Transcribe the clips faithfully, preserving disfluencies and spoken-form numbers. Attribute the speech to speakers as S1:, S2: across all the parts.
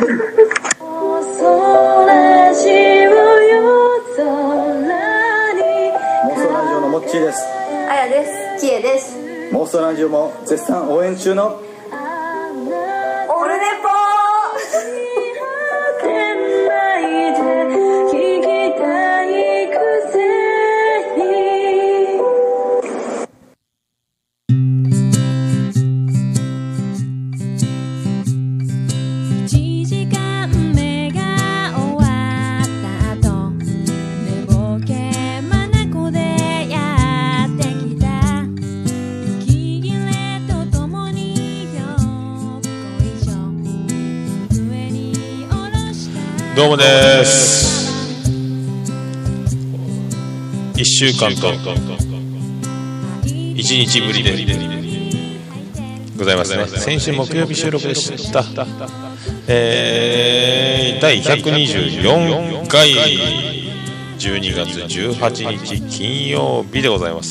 S1: のモッチーです。
S2: あやです。きえです。
S1: 妄想ラジオも絶賛応援中の
S2: オルネポ
S3: どうもです。いっしゅうかんといちにちぶりでございますね。先週木曜日収録でした。えー、だいひゃくにじゅうよんかいじゅうにがつじゅうはちにち金曜日でございます。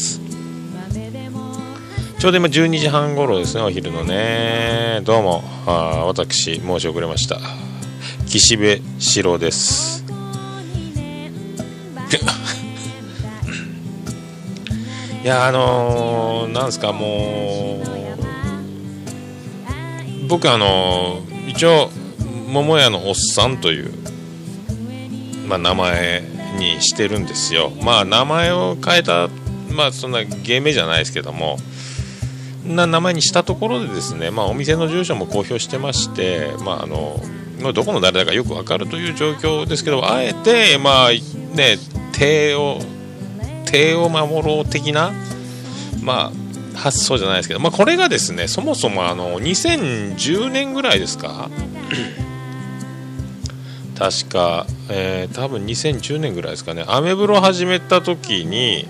S3: ちょうど今じゅうにじはん頃ですね、お昼のね。どうも、あ私申し遅れました。岸辺四郎です。いや、あのー、なんですか、もう僕あのー、一応桃屋のおっさんという、まあ、名前にしてるんですよ。まあ名前を変えた、まあそんな芸名じゃないですけども、な名前にしたところでですね、まあお店の住所も公表してまして、まああのどこの誰だかよく分かるという状況ですけど、あえてまあね、手を手を守ろう的な、まあ発想じゃないですけど、まあこれがですね、そもそもあのにせんじゅうねんぐらいですか確か、えー、多分にせんじゅうねんぐらいですかね、アメブロ始めた時に、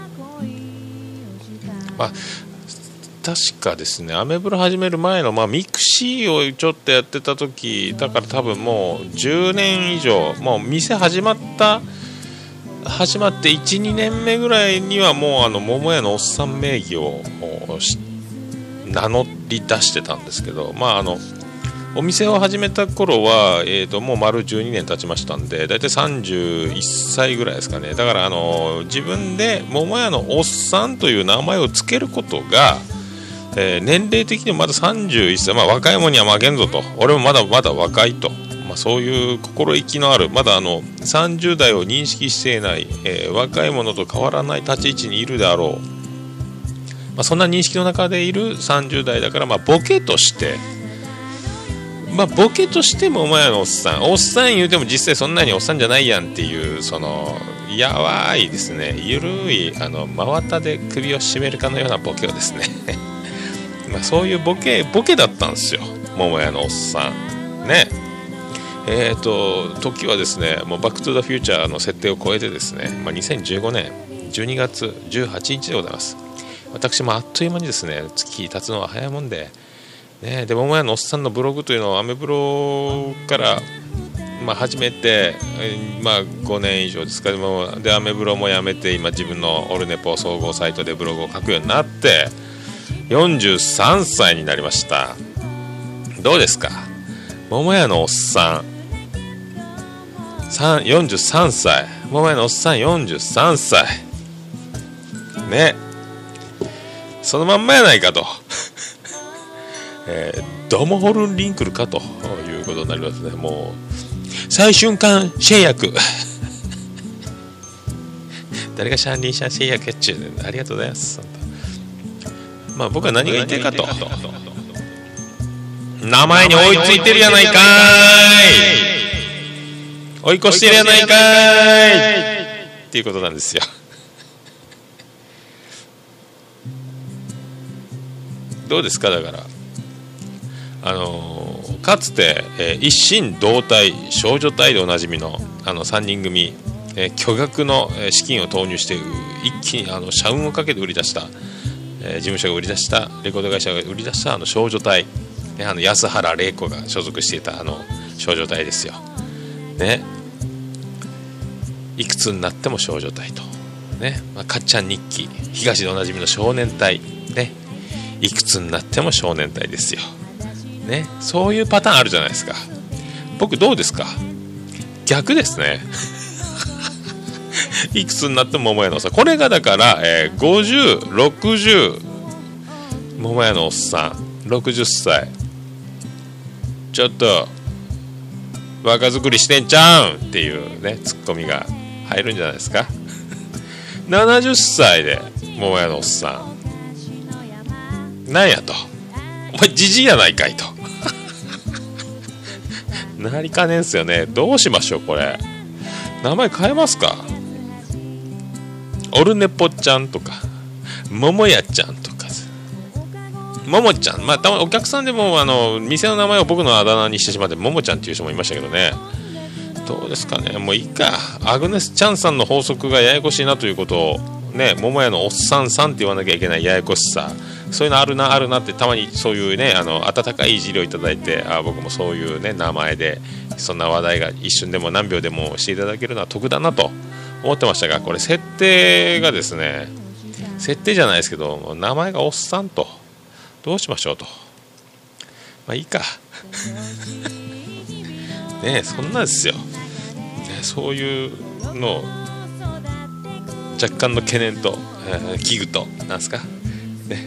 S3: まあ確かですね、アメブロ始める前の、まあ、ミクシーをちょっとやってた時だから多分もうじゅうねん以上、もう店始まった始まって いちにねんめぐらいにはもうあの桃屋のおっさん名義を名乗り出してたんですけど、まああのお店を始めた頃は、えーともう丸じゅうにねん経ちましたんで、だいたいさんじゅういっさいぐらいですかね。だからあの自分で桃屋のおっさんという名前をつけることが、えー、年齢的にもまださんじゅういっさい、まあ、若い者には負けんぞと、俺もまだまだ若いと、まあ、そういう心意気のある、まだあのさんじゅう代を認識していない、えー、若い者と変わらない立ち位置にいるであろう、まあ、そんな認識の中でいるさんじゅう代だから、まあ、ボケとして、まあ、ボケとしてもお前のおっさんおっさん言うても実際そんなにおっさんじゃないやんっていう、そのやわいですね、ゆるいあの真綿で首を絞めるかのようなボケをですねまあそういうボケボケだったんですよ、桃屋のおっさんね。えーと時はですね、もうバックトゥザフューチャーの設定を超えてですね、まあ、にせんじゅうごねんじゅうにがつじゅうはちにちでございます。私もあっという間にですね、月経つのは早いもんで、ね、で桃屋のおっさんのブログというのをアメブロから、まあ、始めて、まあ、ごねん以上ですか。でもでアメブロもやめて、今自分のオルネポ総合サイトでブログを書くようになってよんじゅうさんさいになりました。どうですか、桃屋のおっさんよんじゅうさんさい、桃屋のおっさんよんじゅうさんさいね、そのまんまやないかとえー、ドモホルンリンクルかということになりますね。もう最瞬間製薬誰がシャンリンシャン製薬やっちゅうねん。ありがとうございます。まあ僕は何が言いたいかと、名前に追いついてるやないかーい、追い越してるやないかーいっていうことなんですよどうですか。だからあのー、かつて、えー、一心同体少女隊でおなじみのあのさんにん組、えー、巨額の資金を投入して一気にあの社運をかけて売り出した、えー、事務所が売り出したレコード会社が売り出したあの少女隊、ね、あの安原玲子が所属していたあの少女隊ですよ、ね、いくつになっても少女隊と、ね、まあ、かっちゃん日記東でおなじみの少年隊、ね、いくつになっても少年隊ですよね、そういうパターンあるじゃないですか。 僕どうですか？逆ですねいくつになっても桃屋のおっさん、これがだから、えー、ごじゅう、ろくじゅう、桃屋のおっさんろくじゅっさい、ちょっと若作りしてんちゃうんっていうねツッコミが入るんじゃないですかななじゅっさいで桃屋のおっさん、なんやと、お前じじいやないかいとなりかねんすよね。どうしましょう、これ名前変えますか？オルネポちゃんとか桃屋ちゃんとか桃ちゃん、まあたまお客さんでもあの店の名前を僕のあだ名にしてしまって桃ちゃんっていう人もいましたけどね。どうですかね、もういいか。アグネス・チャンさんの法則がややこしいなということをね、桃屋のおっさんさんって言わなきゃいけないややこしさ、そういうのあるなあるなって、たまにそういうね、あの温かいいじりをいただいて、あ僕もそういうね名前でそんな話題が一瞬でも何秒でもしていただけるのは得だなと思ってましたが、これ設定がですね、設定じゃないですけど名前がおっさんと、どうしましょうと、まあいいかねえ、そんなですよ、ね、そういうのを若干の懸念と、えー、危惧となんですかね、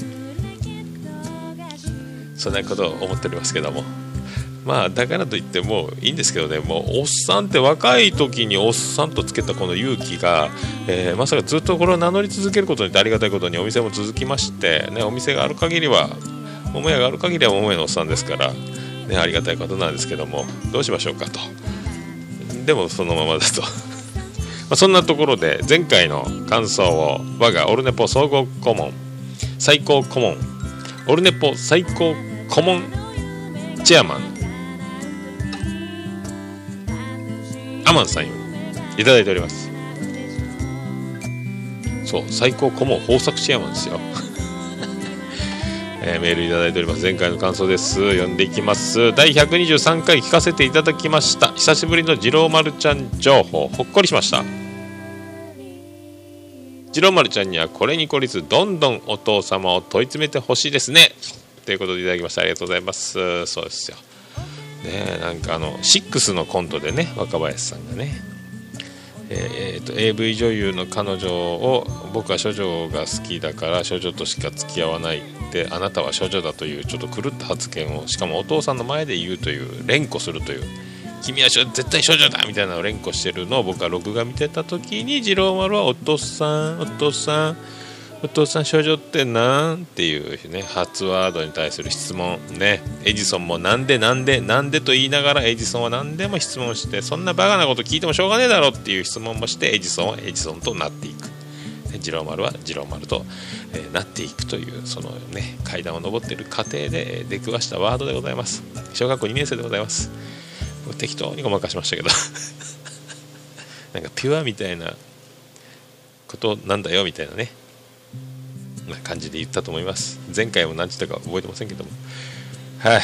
S3: そんなことを思っておりますけども、まあだからといってもいいんですけどね、もうおっさんって若い時におっさんとつけたこの勇気が、えー、まさかずっとこれを名乗り続けることによってありがたいことにお店も続きまして、ね、お店がある限りは桃屋がある限りは桃屋のおっさんですから、ね、ありがたいことなんですけども、どうしましょうかと。でもそのままだとまあそんなところで前回の感想を我がオルネポ総合顧問最高顧問オルネポ最高顧問チェアマンアマンさんよりいただいております。そう、最高顧問豊作チェアマンですよえー、メールいただいております。前回の感想です。読んでいきます。だいひゃくにじゅうさんかい聞かせていただきました。久しぶりの次郎丸ちゃん情報、ほっこりしました。次郎丸ちゃんにはこれに懲りずどんどんお父様を問い詰めてほしいですね、ということでいただきました。ありがとうございます。そうですよね、なんかあのシックスのコントでね、若林さんがね、えー、と エーブイ 女優の彼女を僕は処女が好きだから処女としか付き合わないって、あなたは処女だというちょっと狂った発言をしかもお父さんの前で言うという、連呼するという、君は絶対処女だみたいなのを連呼してるのを僕は録画見てた時に、次郎丸はお父さんお父さんお父さん処女ってなんっていうね初ワードに対する質問ね、エジソンもなんでなんでなんでと言いながらエジソンは何でも質問して、そんなバカなこと聞いてもしょうがねえだろっていう質問もして、エジソンはエジソンとなっていく、次郎丸は次郎丸と、えー、なっていくという、そのね階段を上っている過程で、えー、出くわしたワードでございます。小学校にねん生でございます。適当にごまかしましたけどなんかピュアみたいなことなんだよみたいなねな感じで言ったと思います。前回も何て言ったか覚えてませんけども、はい、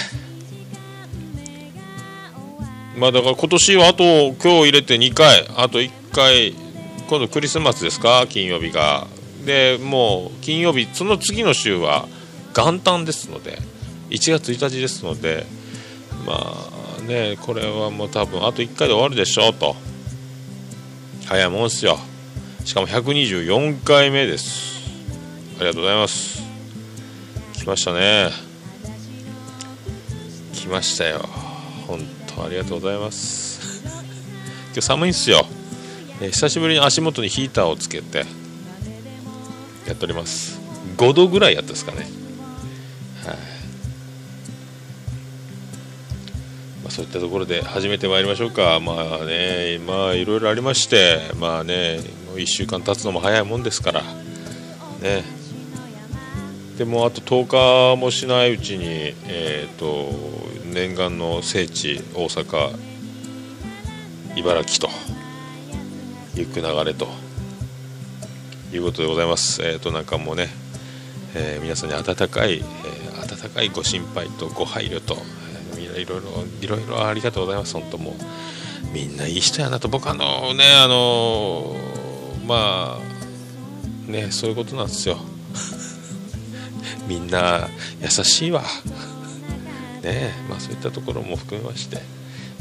S3: まあだから今年はあと今日入れてにかい、あといっかい今度クリスマスですか、金曜日がで、もう金曜日その次の週は元旦ですのでいちがつついたちですので、まあねこれはもう多分あといっかいで終わるでしょうと。早いもんですよ。しかもひゃくにじゅうよんかいめです。ありがとうございます。来ましたね、来ましたよ、本当ありがとうございます今日寒いんすよ、えー、久しぶりに足元にヒーターをつけてやっております。ごどぐらいやったですかね、はい、まあ、そういったところで始めてまいりましょうか。まあね、まあいろいろありまして、まあねもういっしゅうかん経つのも早いもんですからね。でもあととおかもしないうちに、えー、と念願の聖地大阪茨城とゆく流れということでございます。えー、となんかもうね、えー、皆さんに温かい、えー、温かいご心配とご配慮と、えー、いろいろいろいろありがとうございます。本当もうみんないい人やなと。僕あのねあのー、まあねそういうことなんですよみんな優しいわねえ、まあそういったところも含めまして、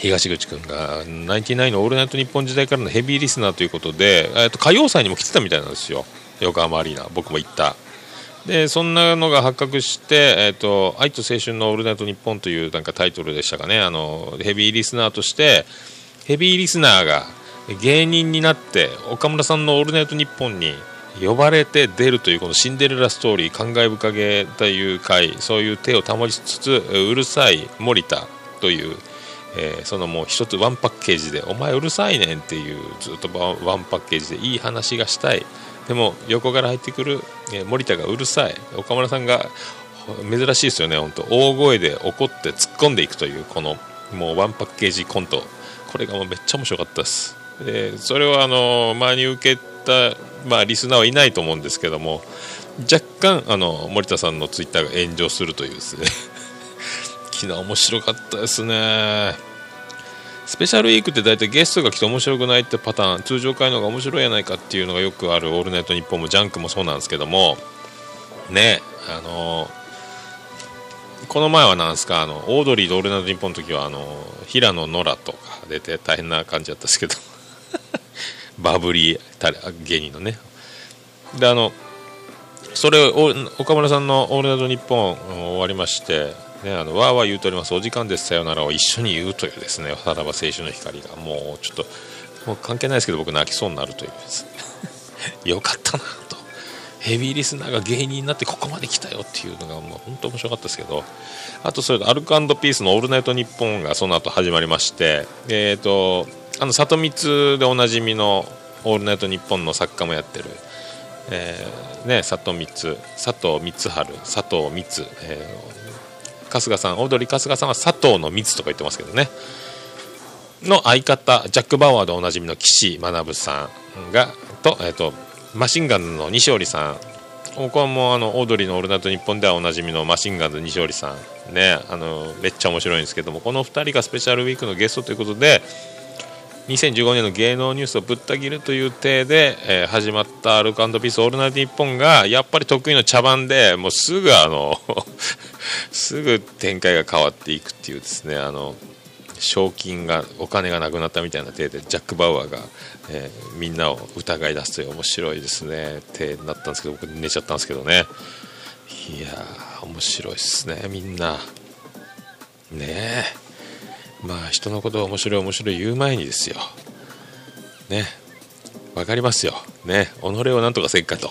S3: 東口くんがナインティナインのオールナイトニッポン時代からのヘビーリスナーということで、えー、と歌謡祭にも来てたみたいなんですよ、横浜アリーナ。僕も行った。でそんなのが発覚して、えー、と愛と青春のオールナイトニッポンというなんかタイトルでしたかね。あのヘビーリスナーとしてヘビーリスナーが芸人になって岡村さんのオールナイトニッポンに呼ばれて出るというこのシンデレラストーリー、感慨深げという回、そういう手を保ちつつうるさい森田という、えー、そのもう一つワンパッケージでお前うるさいねんっていうずっとワンパッケージでいい話がしたい。でも横から入ってくる、えー、森田がうるさい、岡村さんが珍しいですよね。本当大声で怒って突っ込んでいくというこのもうワンパッケージコント、これがもうめっちゃ面白かったです。でそれはあの前に受けた、まあ、リスナーはいないと思うんですけども、若干あの森田さんのツイッターが炎上するというですね昨日面白かったですね。スペシャルウィークって大体ゲストが来て面白くないってパターン、通常回の方が面白いやないかっていうのがよくあるオールナイトニッポンもジャンクもそうなんですけどもね、あのこの前はなんですか、あのオードリーとオールナイトニッポンの時はあの平野ノラとか出て大変な感じだったんですけどバブリー芸人のね。であのそれを岡村さんのオールナイトニッポン終わりましてね、あのわーわー言うとおります、お時間ですさよならを一緒に言うというですね、さらば青春の光がもうちょっともう関係ないですけど僕泣きそうになるというですよかったなと、ヘビーリスナーが芸人になってここまで来たよっていうのがもう本当面白かったですけど、あとそれとアルコ&ピースのオールナイトニッポンがその後始まりまして、えーとあの里光でおなじみのオールナイトニッポンの作家もやってる、えーね、里光佐藤光春佐藤光、えー春日さん、オードリー春日さんは佐藤の光とか言ってますけどねの相方、ジャック・バウアーでおなじみの岸学さんがと、えー、とマシンガンズの西織さん、ここはもうあのオードリーのオールナイトニッポンではおなじみのマシンガンズ西織さんね、あのめっちゃ面白いんですけども、このふたりがスペシャルウィークのゲストということでにせんじゅうごねんの芸能ニュースをぶった切るという体で、えー、始まったアルコ&ピースオールナイトニッポンがやっぱり得意の茶番でもうすぐあのすぐ展開が変わっていくっていうですね、あの賞金がお金がなくなったみたいな体でジャック・バウアーが、えー、みんなを疑い出すという面白いですね体になったんですけど、僕寝ちゃったんですけどね。いやー面白いですね、みんなねえ、まあ人のことが面白い面白い言う前にですよね、わかりますよね、己をなんとかせっかと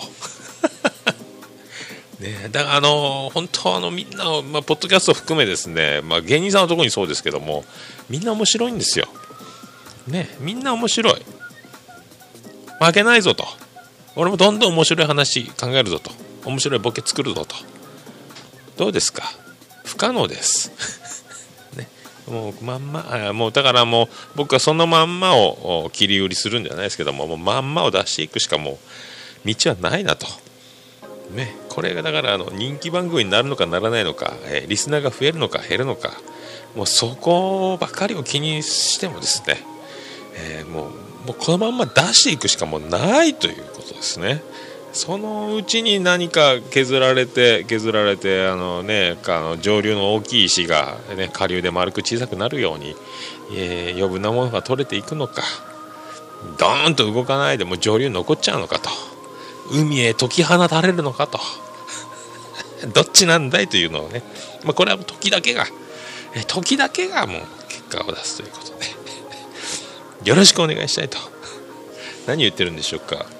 S3: ね、だからあの本当あのみんな、まあ、ポッドキャスト含めですね、まあ、芸人さんのところにそうですけどもみんな面白いんですよね、みんな面白い、負けないぞと、俺もどんどん面白い話考えるぞと、面白いボケ作るぞと、どうですか、不可能ですね、もうまんま、もうだからもう僕はそのまんまを切り売りするんじゃないですけども、もうまんまを出していくしかもう道はないなとね、これがだからあの人気番組になるのかならないのか、えー、リスナーが増えるのか減るのか、もうそこばかりを気にしてもですね、えー、もう、もうこのまんま出していくしかもうないということですね。そのうちに何か削られて削られてあの、ね、あの上流の大きい石が、ね、下流で丸く小さくなるように、えー、余分なものが取れていくのか、ドーンと動かないでも上流に残っちゃうのかと、海へ解き放たれるのかとどっちなんだいというのをね、まあ、これは時だけが時だけがもう結果を出すということでよろしくお願いしたいと。何言ってるんでしょうか、ま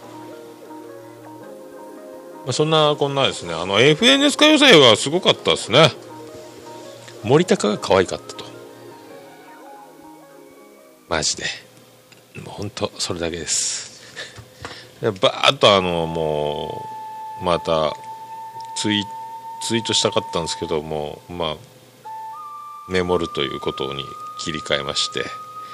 S3: あ、そんなこんなですね、あの エフエヌエス 歌謡祭はすごかったですね。森高が可愛かったと、マジでもう本当それだけです。バーッとあのもうまたツイ、ツイートしたかったんですけども、まあメモるということに切り替えまして、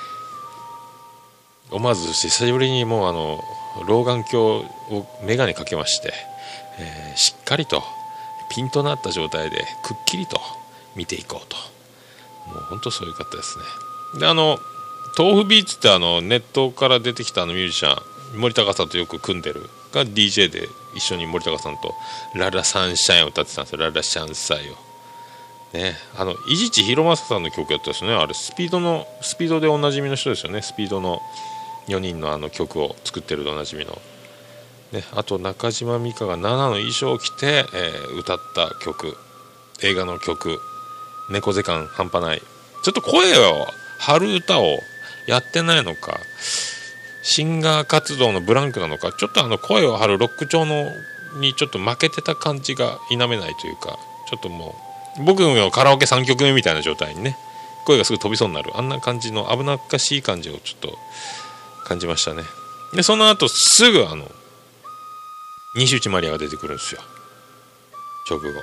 S3: 思わず久しぶりにもうあの老眼鏡を眼鏡かけまして、えー、しっかりとピンとなった状態でくっきりと見ていこうと、もう本当そういう方ですね。であの豆腐ビーツってあのネットから出てきたあのミュージシャン森高さんとよく組んでるが ディージェー で一緒に森高さんとララサンシャインを歌ってたんですよ。ララシャンサイを、 ね、あの伊地知弘正さんの曲やったですね。あれスピードのスピードでおなじみの人ですよね。スピードのよにんのあの曲を作ってるでおなじみの、ね、あと中島美嘉がナナの衣装を着て、えー、歌った曲、映画の曲、猫背感半端ない。ちょっと声を張る歌をやってないのか、シンガー活動のブランクなのか、ちょっとあの声を張るロック調のにちょっと負けてた感じが否めないというか、ちょっともう僕のカラオケさんきょくめみたいな状態にね、声がすぐ飛びそうになる、あんな感じの危なっかしい感じをちょっと感じましたね。でその後すぐあの西内まりやが出てくるんですよ、直後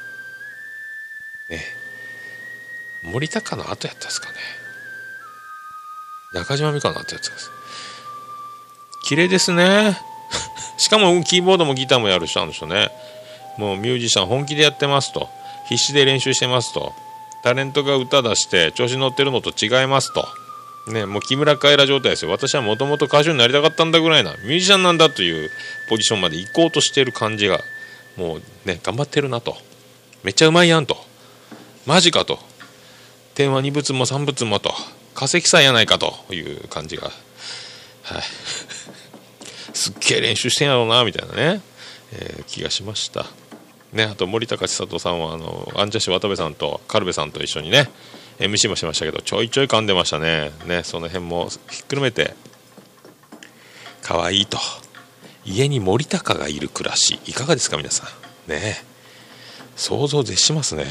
S3: ね。森高の後やったんですかね、中島美嘉の後やったんです。綺麗ですねしかもキーボードもギターもやる人なんでしょうね。もうミュージシャン本気でやってますと、必死で練習してますと、タレントが歌出して調子乗ってるのと違いますとね、もう木村カエラ状態ですよ。私はもともと歌手になりたかったんだぐらいなミュージシャンなんだというポジションまで行こうとしている感じが、もうね頑張ってるなと、めっちゃうまいやんと、マジかと、天は二物も三物もと、化石さんやないかという感じが、はいすっげえ練習してんやろうなみたいなね、えー、気がしましたね。あと森高千里さんはあのアンジャッシュ渡部さんとカルベさんと一緒にね エムシー もしましたけど、ちょいちょい噛んでましたね。ね、その辺もひっくるめて可愛いと。家に森高がいる暮らしいかがですか皆さんね、想像絶しますね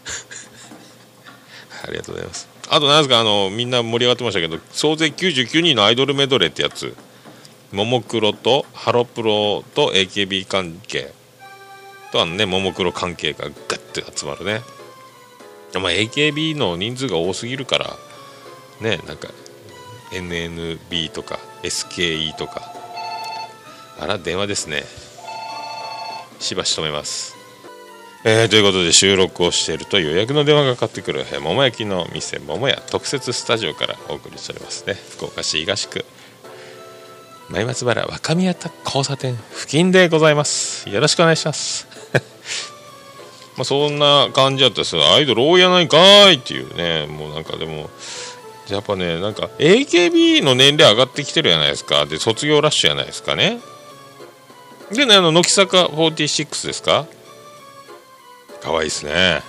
S3: ありがとうございます。あと何ですか、あのみんな盛り上がってましたけど、総勢きゅうじゅうきゅうにんのアイドルメドレーってやつ、ももクロとハロプロと エーケービー 関係とあのね、ももクロ関係がガッて集まるね。まあ エーケービー の人数が多すぎるからね、なんか エヌエヌビー とか エスケーイー とか、あら電話ですね、しばし止めます。えー、ということで収録をしていると予約の電話がかかってくる、えー、桃焼きの店桃屋特設スタジオからお送りしておりますね。福岡市東区前松原若宮田交差点付近でございます。よろしくお願いしますまあそんな感じだったですよ。アイドル多いやないかーいっていうね。もうなんかでもやっぱね、なんか エーケービー の年齢上がってきてるじゃないですか。で卒業ラッシュじゃないですかね。でね、あの乃木坂フォーティーシックスですか、かわいいですね。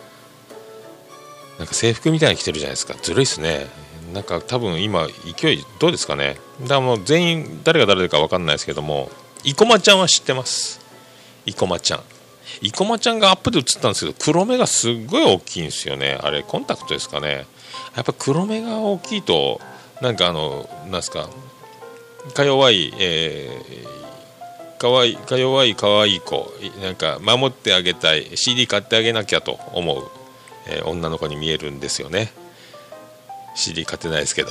S3: なんか制服みたいに着てるじゃないですか。ずるいっすね。なんか多分今勢いどうですかね。だからもう全員誰が誰か分かんないですけども、生駒ちゃんは知ってます。生駒ちゃん生駒ちゃんがアップで映ったんですけど、黒目がすっごい大きいんですよね。あれコンタクトですかね。やっぱ黒目が大きいとなんかあのなんすか、か弱い、えー、かわいか弱いかわいい子、なんか守ってあげたい シーディー 買ってあげなきゃと思う、えー、女の子に見えるんですよね。シーディー 買ってないですけど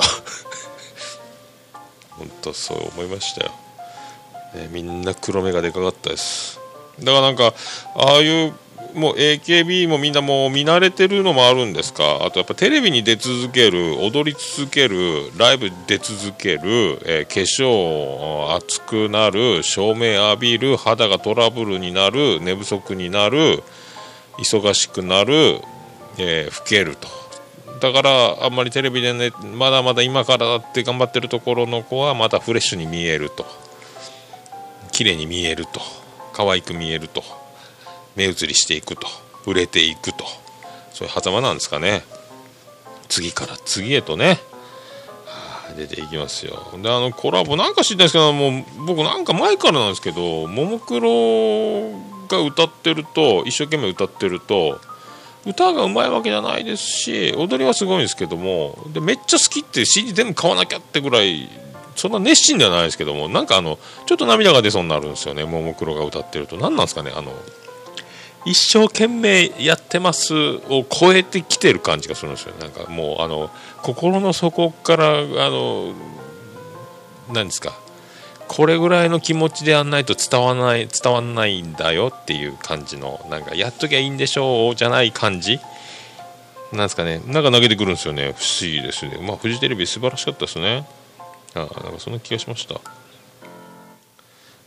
S3: 本当そう思いましたよ、ね、みんな黒目がでかかったです。だからなんかああいうもう エーケービー もみんなもう見慣れてるのもあるんですか。あとやっぱテレビに出続ける、踊り続ける、ライブ出続ける、えー、化粧熱くなる、照明浴びる、肌がトラブルになる、寝不足になる、忙しくなる、えー、老けると。だからあんまりテレビでね、まだまだ今からだって頑張ってるところの子はまたフレッシュに見えると、綺麗に見えると、可愛く見えると、目移りしていくと、売れていくと、そういう狭間なんですかね。次から次へとね、はあ、出ていきますよ。であのコラボなんか知りたいですけど、もう僕なんか前からなんですけど、ももクロが歌ってると、一生懸命歌ってると、歌がうまいわけじゃないですし、踊りはすごいんですけども、でめっちゃ好きって シーディー 全部買わなきゃってぐらい、そんな熱心ではないですけども、なんかあのちょっと涙が出そうになるんですよね。ももクロが歌ってると。何なんですかね、あの一生懸命やってますを超えてきてる感じがするんですよ。なんかもうあの心の底からあの何ですか、これぐらいの気持ちでやんないと伝わらない伝わらないんだよっていう感じの、なんかやっときゃいいんでしょうじゃない感じなんですかね。なんか投げてくるんですよね。不思議ですね。まあフジテレビ素晴らしかったですね。あ、なんかそんな気がしました。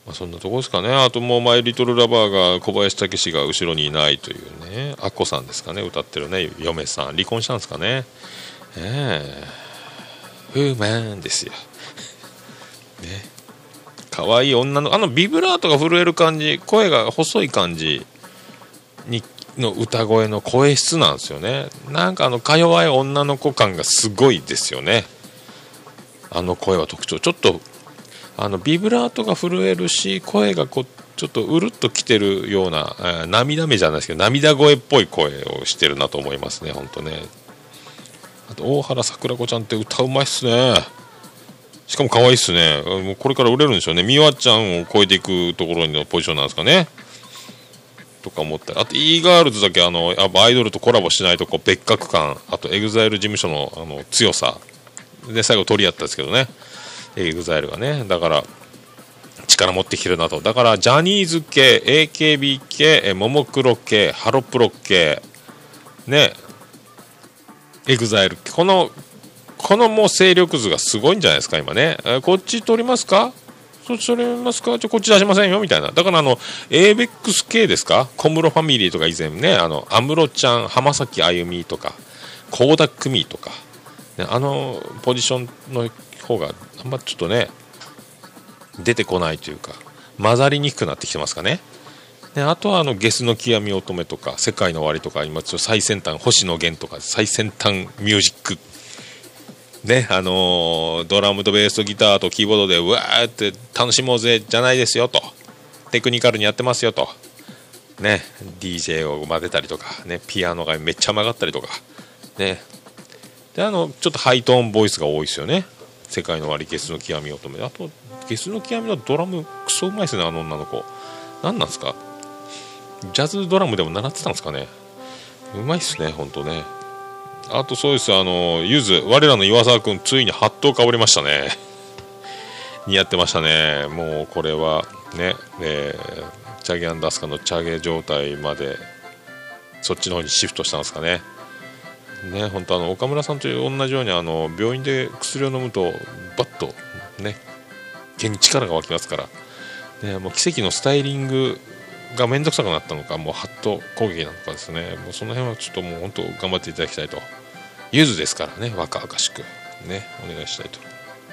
S3: まあ、そんなとこですかね。あともうマイリトルラバーが小林武史が後ろにいないというね、アッコさんですかね、歌ってるね、嫁さん離婚したんですかね。ええー、ウーマンですよね、可愛い女のあのビブラートが震える感じ、声が細い感じにの歌声の声質なんですよね。なんかあのか弱い女の子感がすごいですよね。あの声は特徴、ちょっとあのビブラートが震えるし、声がこうちょっとうるっときてるような、えー、涙目じゃないですけど涙声っぽい声をしてるなと思いますね、本当ね。あと大原桜子ちゃんって歌うまいっすね。しかも可愛いっすね。もうこれから売れるんでしょうね。美和ちゃんを超えていくところのポジションなんですかねとか思ったり、あと E ガールズだけあのやっぱアイドルとコラボしないとこう別格感、あと エグザイル 事務所の、あの強さで最後取り合ったんですけどね、エグザイル がね、だから力持ってきてるなと。だからジャニーズ系、 エーケービー 系、ももクロ系、ハロプロ系ね、エグザイル、このこのもう勢力図がすごいんじゃないですか今ね。えこっち取りますか、そっち取りますか、ちょこっち出しませんよみたいな。だからあの エーベックス 系ですか、小室ファミリーとか以前ね、あの安室ちゃん、浜崎あゆみとか倖田來未とか、ね、あのポジションの方があんまちょっとね出てこないというか混ざりにくくなってきてますかね。であとはあのゲスの極み乙女とか世界の終わりとか、今ちょっと最先端星野源とか最先端ミュージックね、あのー、ドラムとベースとギターとキーボードでうわーって楽しもうぜじゃないですよと、テクニカルにやってますよとね、 ディージェー を混ぜたりとかね、ピアノがめっちゃ曲がったりとかね、であのちょっとハイトーンボイスが多いですよね。世界の終わり、ゲスの極み乙女、あとゲスの極みのドラムクソうまいですね、あの女の子。なんなんですか、ジャズドラムでも習ってたんですかね。うまいっすねほんとね。あとそうです、あのゆず、我らの岩沢くんついにハットをかぶりましたね似合ってましたね。もうこれはね、えー、チャゲアンダスカのチャゲ状態までそっちの方にシフトしたんですかね。ね、本当あの岡村さんと同じようにあの病院で薬を飲むとバッとね毛に力が湧きますから、ね、もう奇跡のスタイリングがめんどくさくなったのか、もうハット攻撃なのかですね、もうその辺はちょっともう本当頑張っていただきたいと。ゆずですからね、若々しくねお願いしたいと、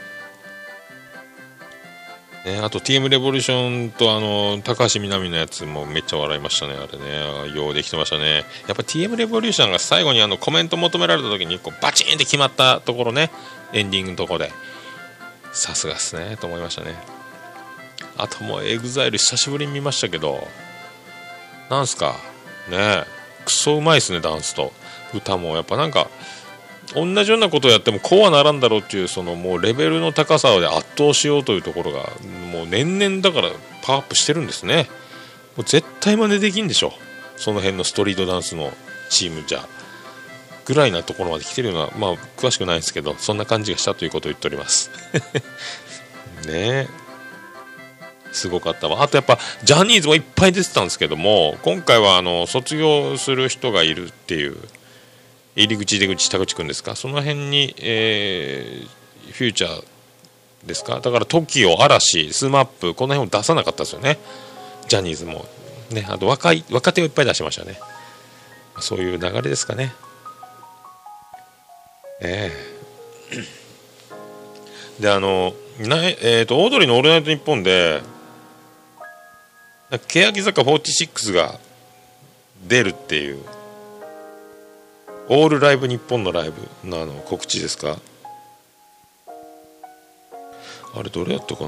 S3: ね、あと ティーエム レボリューションとあの高橋みなみのやつもめっちゃ笑いましたね。あれね、ようできてましたね。やっぱ ティーエム レボリューションが最後にあのコメント求められた時にこうバチンって決まったところね、エンディングのところでさすがですねと思いましたね。あともう エグザイル 久しぶりに見ましたけど、なんすかね、クソうまいですね。ダンスと歌もやっぱなんか同じようなことをやってもこうはならんだろうっていう、そのもうレベルの高さで圧倒しようというところがもう年々だからパワーアップしてるんですね。もう絶対真似できんでしょ、その辺のストリートダンスのチームじゃぐらいなところまで来てるような、まあ詳しくないんですけどそんな感じがしたということを言っておりますねえ、すごかったわ。あとやっぱジャニーズもいっぱい出てたんですけども、今回はあの卒業する人がいるっていう、入り口出口田口くんですか、その辺に、えー、フューチャーですか、だから トキオ、 嵐、スマップ、この辺を出さなかったですよね、ジャニーズもね。あと若い若手をいっぱい出しましたね。そういう流れですかね。えー、であのな、えー、とオードリーのオールナイトニッポンで欅坂フォーティシックスが出るっていう、オールライブ日本のライブのあの告知ですか、あれどれやったかな、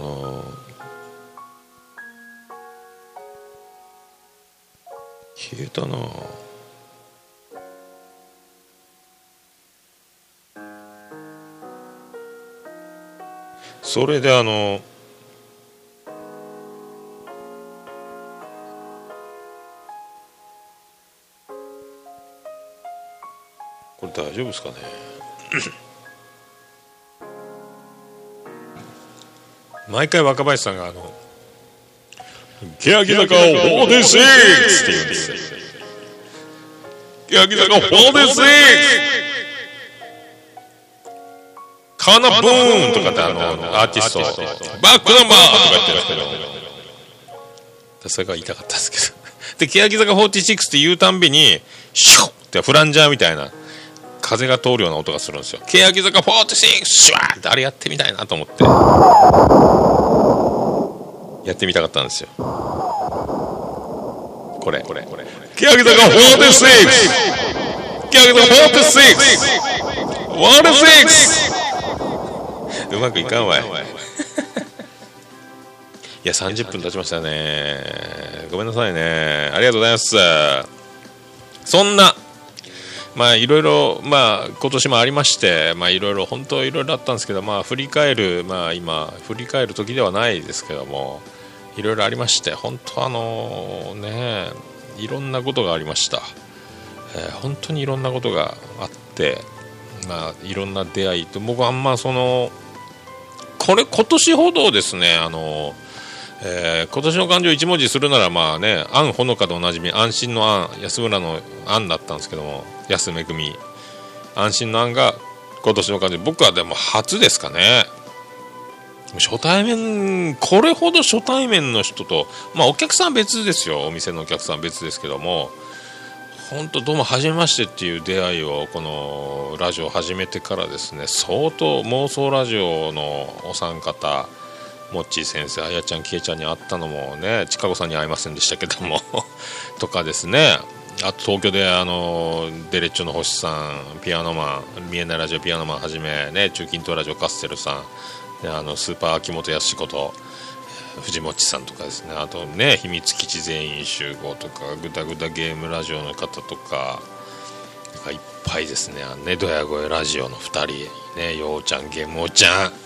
S3: 消えたな。それであのこれ大丈夫ですかね毎回若林さんがあの欅坂フォーティーシックスって言うんですよ。欅坂フォーティーシックスカナブーンとかってあのアーティストバックナンバーとか言ってるんですけど、 それが言いたかったですけどで欅坂フォーティシックスって言うたんびにシュッってフランジャーみたいな風が通るような音がするんですよ。欅坂フォーティシックスシュワーってあれやってみたいなと思ってやってみたかったんですよ。これこれこれ欅坂フォーティシックス欅坂フォーティシックスワールドシックスうまくいかんわいいやさんじゅっぷん経ちましたね。ごめんなさいね。ありがとうございます。そんなまあいろいろまあ今年もありましてまあいろいろ本当いろいろあったんですけどまあ振り返るまあ今振り返る時ではないですけどもいろいろありまして本当あのねいろんなことがありました。えー、本当にいろんなことがあってまあいろんな出会いと僕はあんまそのこれ今年ほどですねあのえー、今年の漢字を一文字するならまあね安ほのかでおなじみ安心の安安村の安だったんですけども安めぐみ安心の安が今年の漢字僕はでも初ですかね。初対面これほど初対面の人とまあお客さん別ですよ。お店のお客さん別ですけども本当どうも初めましてっていう出会いをこのラジオを始めてからですね相当妄想ラジオのお三方もっちー先生あやちゃんきえちゃんに会ったのもねちかごさんに会いませんでしたけどもとかですねあと東京であのデレッチョの星さんピアノマン見えないラジオピアノマンはじめね中近東ラジオカッセルさんであのスーパー秋元康こと藤もっちさんとかですねあとね秘密基地全員集合とかグダグダゲームラジオの方とかいっぱいですねねどや声ラジオのふたりねようちゃんゲームおちゃん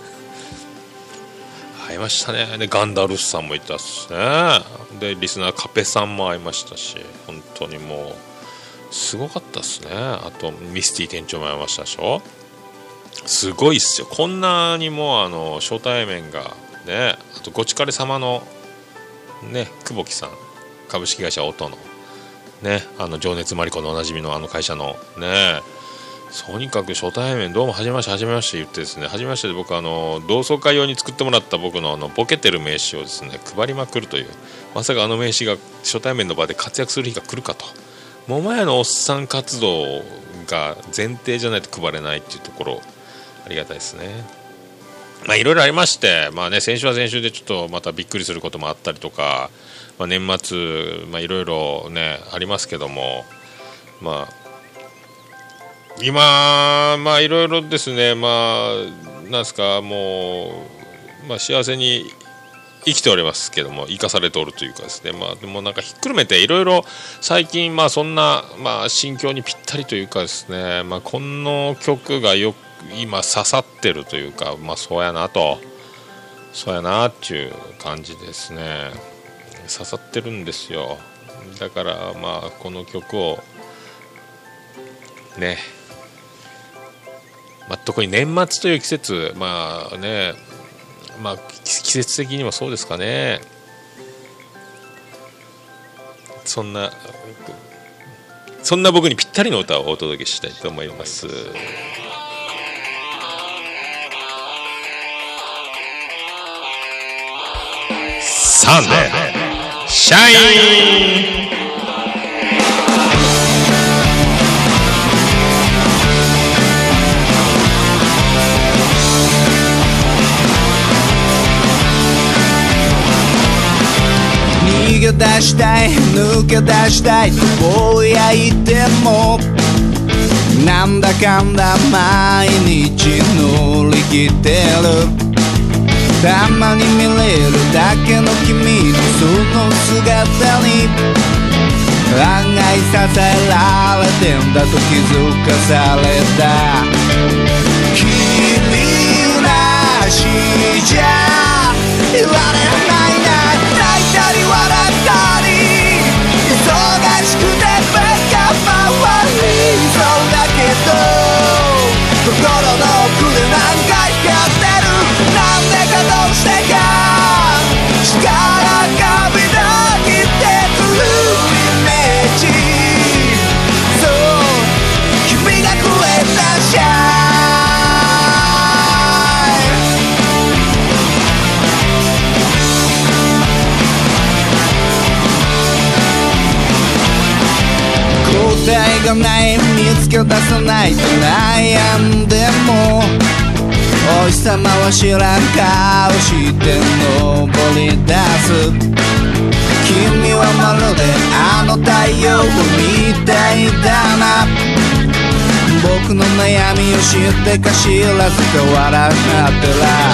S3: 会いましたね。でガンダルスさんもいたっすね。でリスナーカペさんも会いましたし本当にもうすごかったっすね。あとミスティ店長も会いましたでしょ。すごいっすよ。こんなにもあの初対面がねあとごちかれ様のね久保木さん株式会社音のねあの情熱マリコのおなじみのあの会社のねとにかく初対面どうもはじめましてはじめまして言ってですねはじめましてで僕あの同窓会用に作ってもらった僕のあのボケてる名刺をですね配りまくるというまさかあの名刺が初対面の場で活躍する日が来るかと桃屋のおっさん活動が前提じゃないと配れないっていうところありがたいですね。まあいろいろありましてまあね先週は先週でちょっとまたびっくりすることもあったりとか、まあ、年末まあいろいろねありますけどもまあ今まあいろいろですねまあなんですかもう、まあ、幸せに生きておりますけども生かされておるというかですねまあでもなんかひっくるめていろいろ最近まあそんなまあ心境にぴったりというかですねまあこの曲がよく今刺さってるというかまあそうやなとそうやなっていう感じですね刺さってるんですよ。だからまあこの曲をねまあ、特に年末という季節まあねまあ季節的にもそうですかねそんなそんな僕にぴったりの歌をお届けしたいと思います。サンデーシャイン
S4: 逃げ出したい抜け出したいとぼやいてもなんだかんだ毎日乗り切ってるたまに見れるだけの君のその姿に案外支えられてんだと気づかされた君らしいじゃ言われないな泣いたり笑ったり忙しくて目が回りそうだけど心の奥で何回かやってるなんでかどうしてか力がみなぎってくるイメージそう君がくれたシャンがない見つけ出さないと悩んでもお日様は知らん顔して登り出す君はまるであの太陽みたいだな僕の悩みを知ってか知らずか笑ってら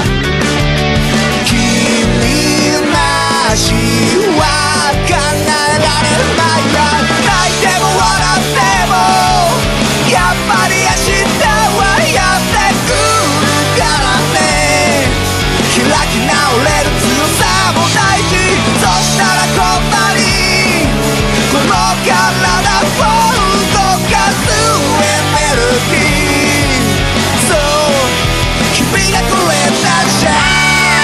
S4: 君なしは考えられないわ泣いても笑ってもやっぱり明日はやってくるからね開き直れる強さも大事そしたらこんなにこの体を動かすエネルギーそう君がくれたシャイ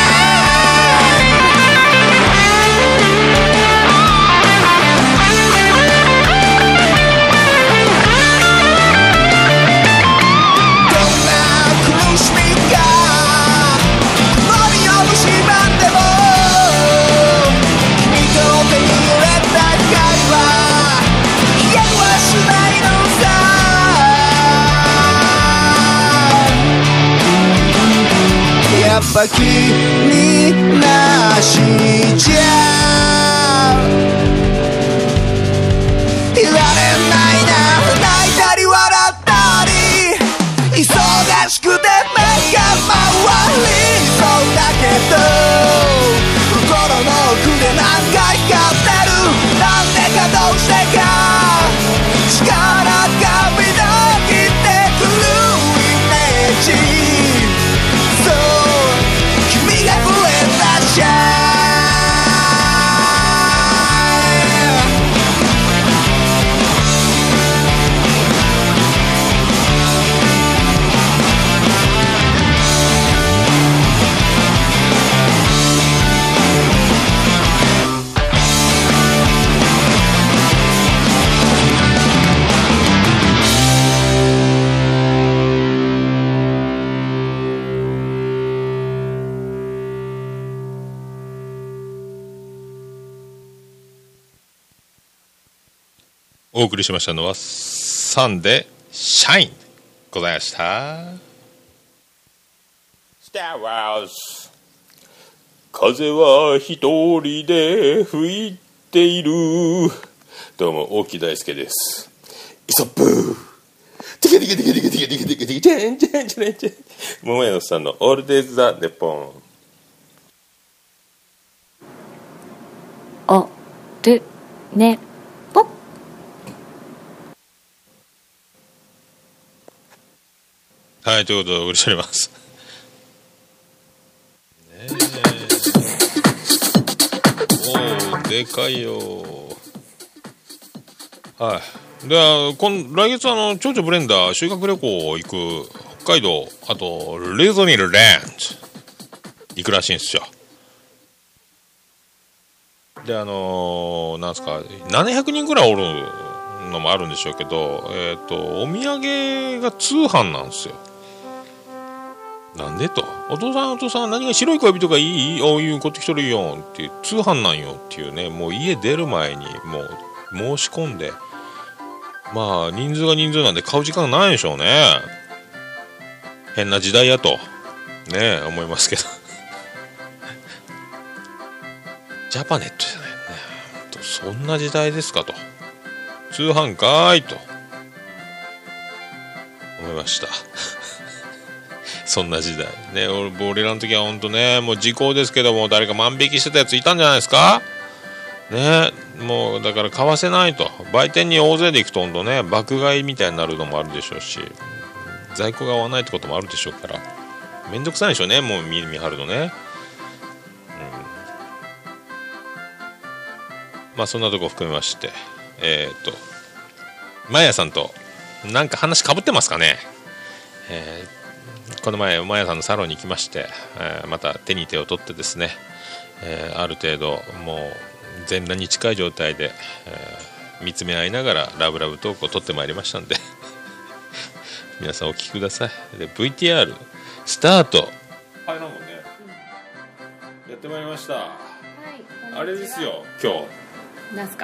S4: やっぱ君なしじゃいられないな泣いたり笑ったり忙しくて目が回りそうだけど心の奥で何回かってるなんでかどうしてか力がみなぎってくるイメージ
S3: お送りしましたのはサンでシャインございました。スター・ウォーズ風は一人で吹いている。どうも大木大輔です。イソップティケティケティケティケティケティケティケティケチェンチェンチェンチェン桃屋のさんのオールデイズ・ザ・ネポン
S2: おるねぽ
S3: はい、ということでお送りしております。ねえ。おー、でかいよ。はい。では、今来月あの、蝶々ブレンダー修学旅行行く北海道、あと、レゾニルランチ行くらしいんですよ。で、あのー、なんすか、ななひゃくにんぐらいおるのもあるんでしょうけど、えっと、お土産が通販なんですよ。なんでとお父さんお父さん何が白い恋人がいいああいう買ってきとるよっていう通販なんよっていうねもう家出る前にもう申し込んでまあ人数が人数なんで買う時間ないでしょうね変な時代やとね思いますけどジャパネットじゃないねそんな時代ですかと通販かーいと思いましたそんな時代ね俺、俺らの時はほんとねもう時効ですけども誰か万引きしてたやついたんじゃないですかねもうだから買わせないと売店に大勢で行くとほんとね爆買いみたいになるのもあるでしょうし在庫が合わないってこともあるでしょうからめんどくさいでしょうねもう見, 見張るのね、うん、まあそんなとこ含めましてえー、っとマヤさんとなんか話かぶってますかねえーこの前マヤさんのサロンに行きまして、えー、また手に手を取ってですね、えー、ある程度もう全裸に近い状態で、えー、見つめ合いながらラブラブトークを取ってまいりましたんで皆さんお聞きくださいで ブイティーアール スタートはいなもんね、うん、やってまいりました、はい、あれですよ今日
S2: なんすか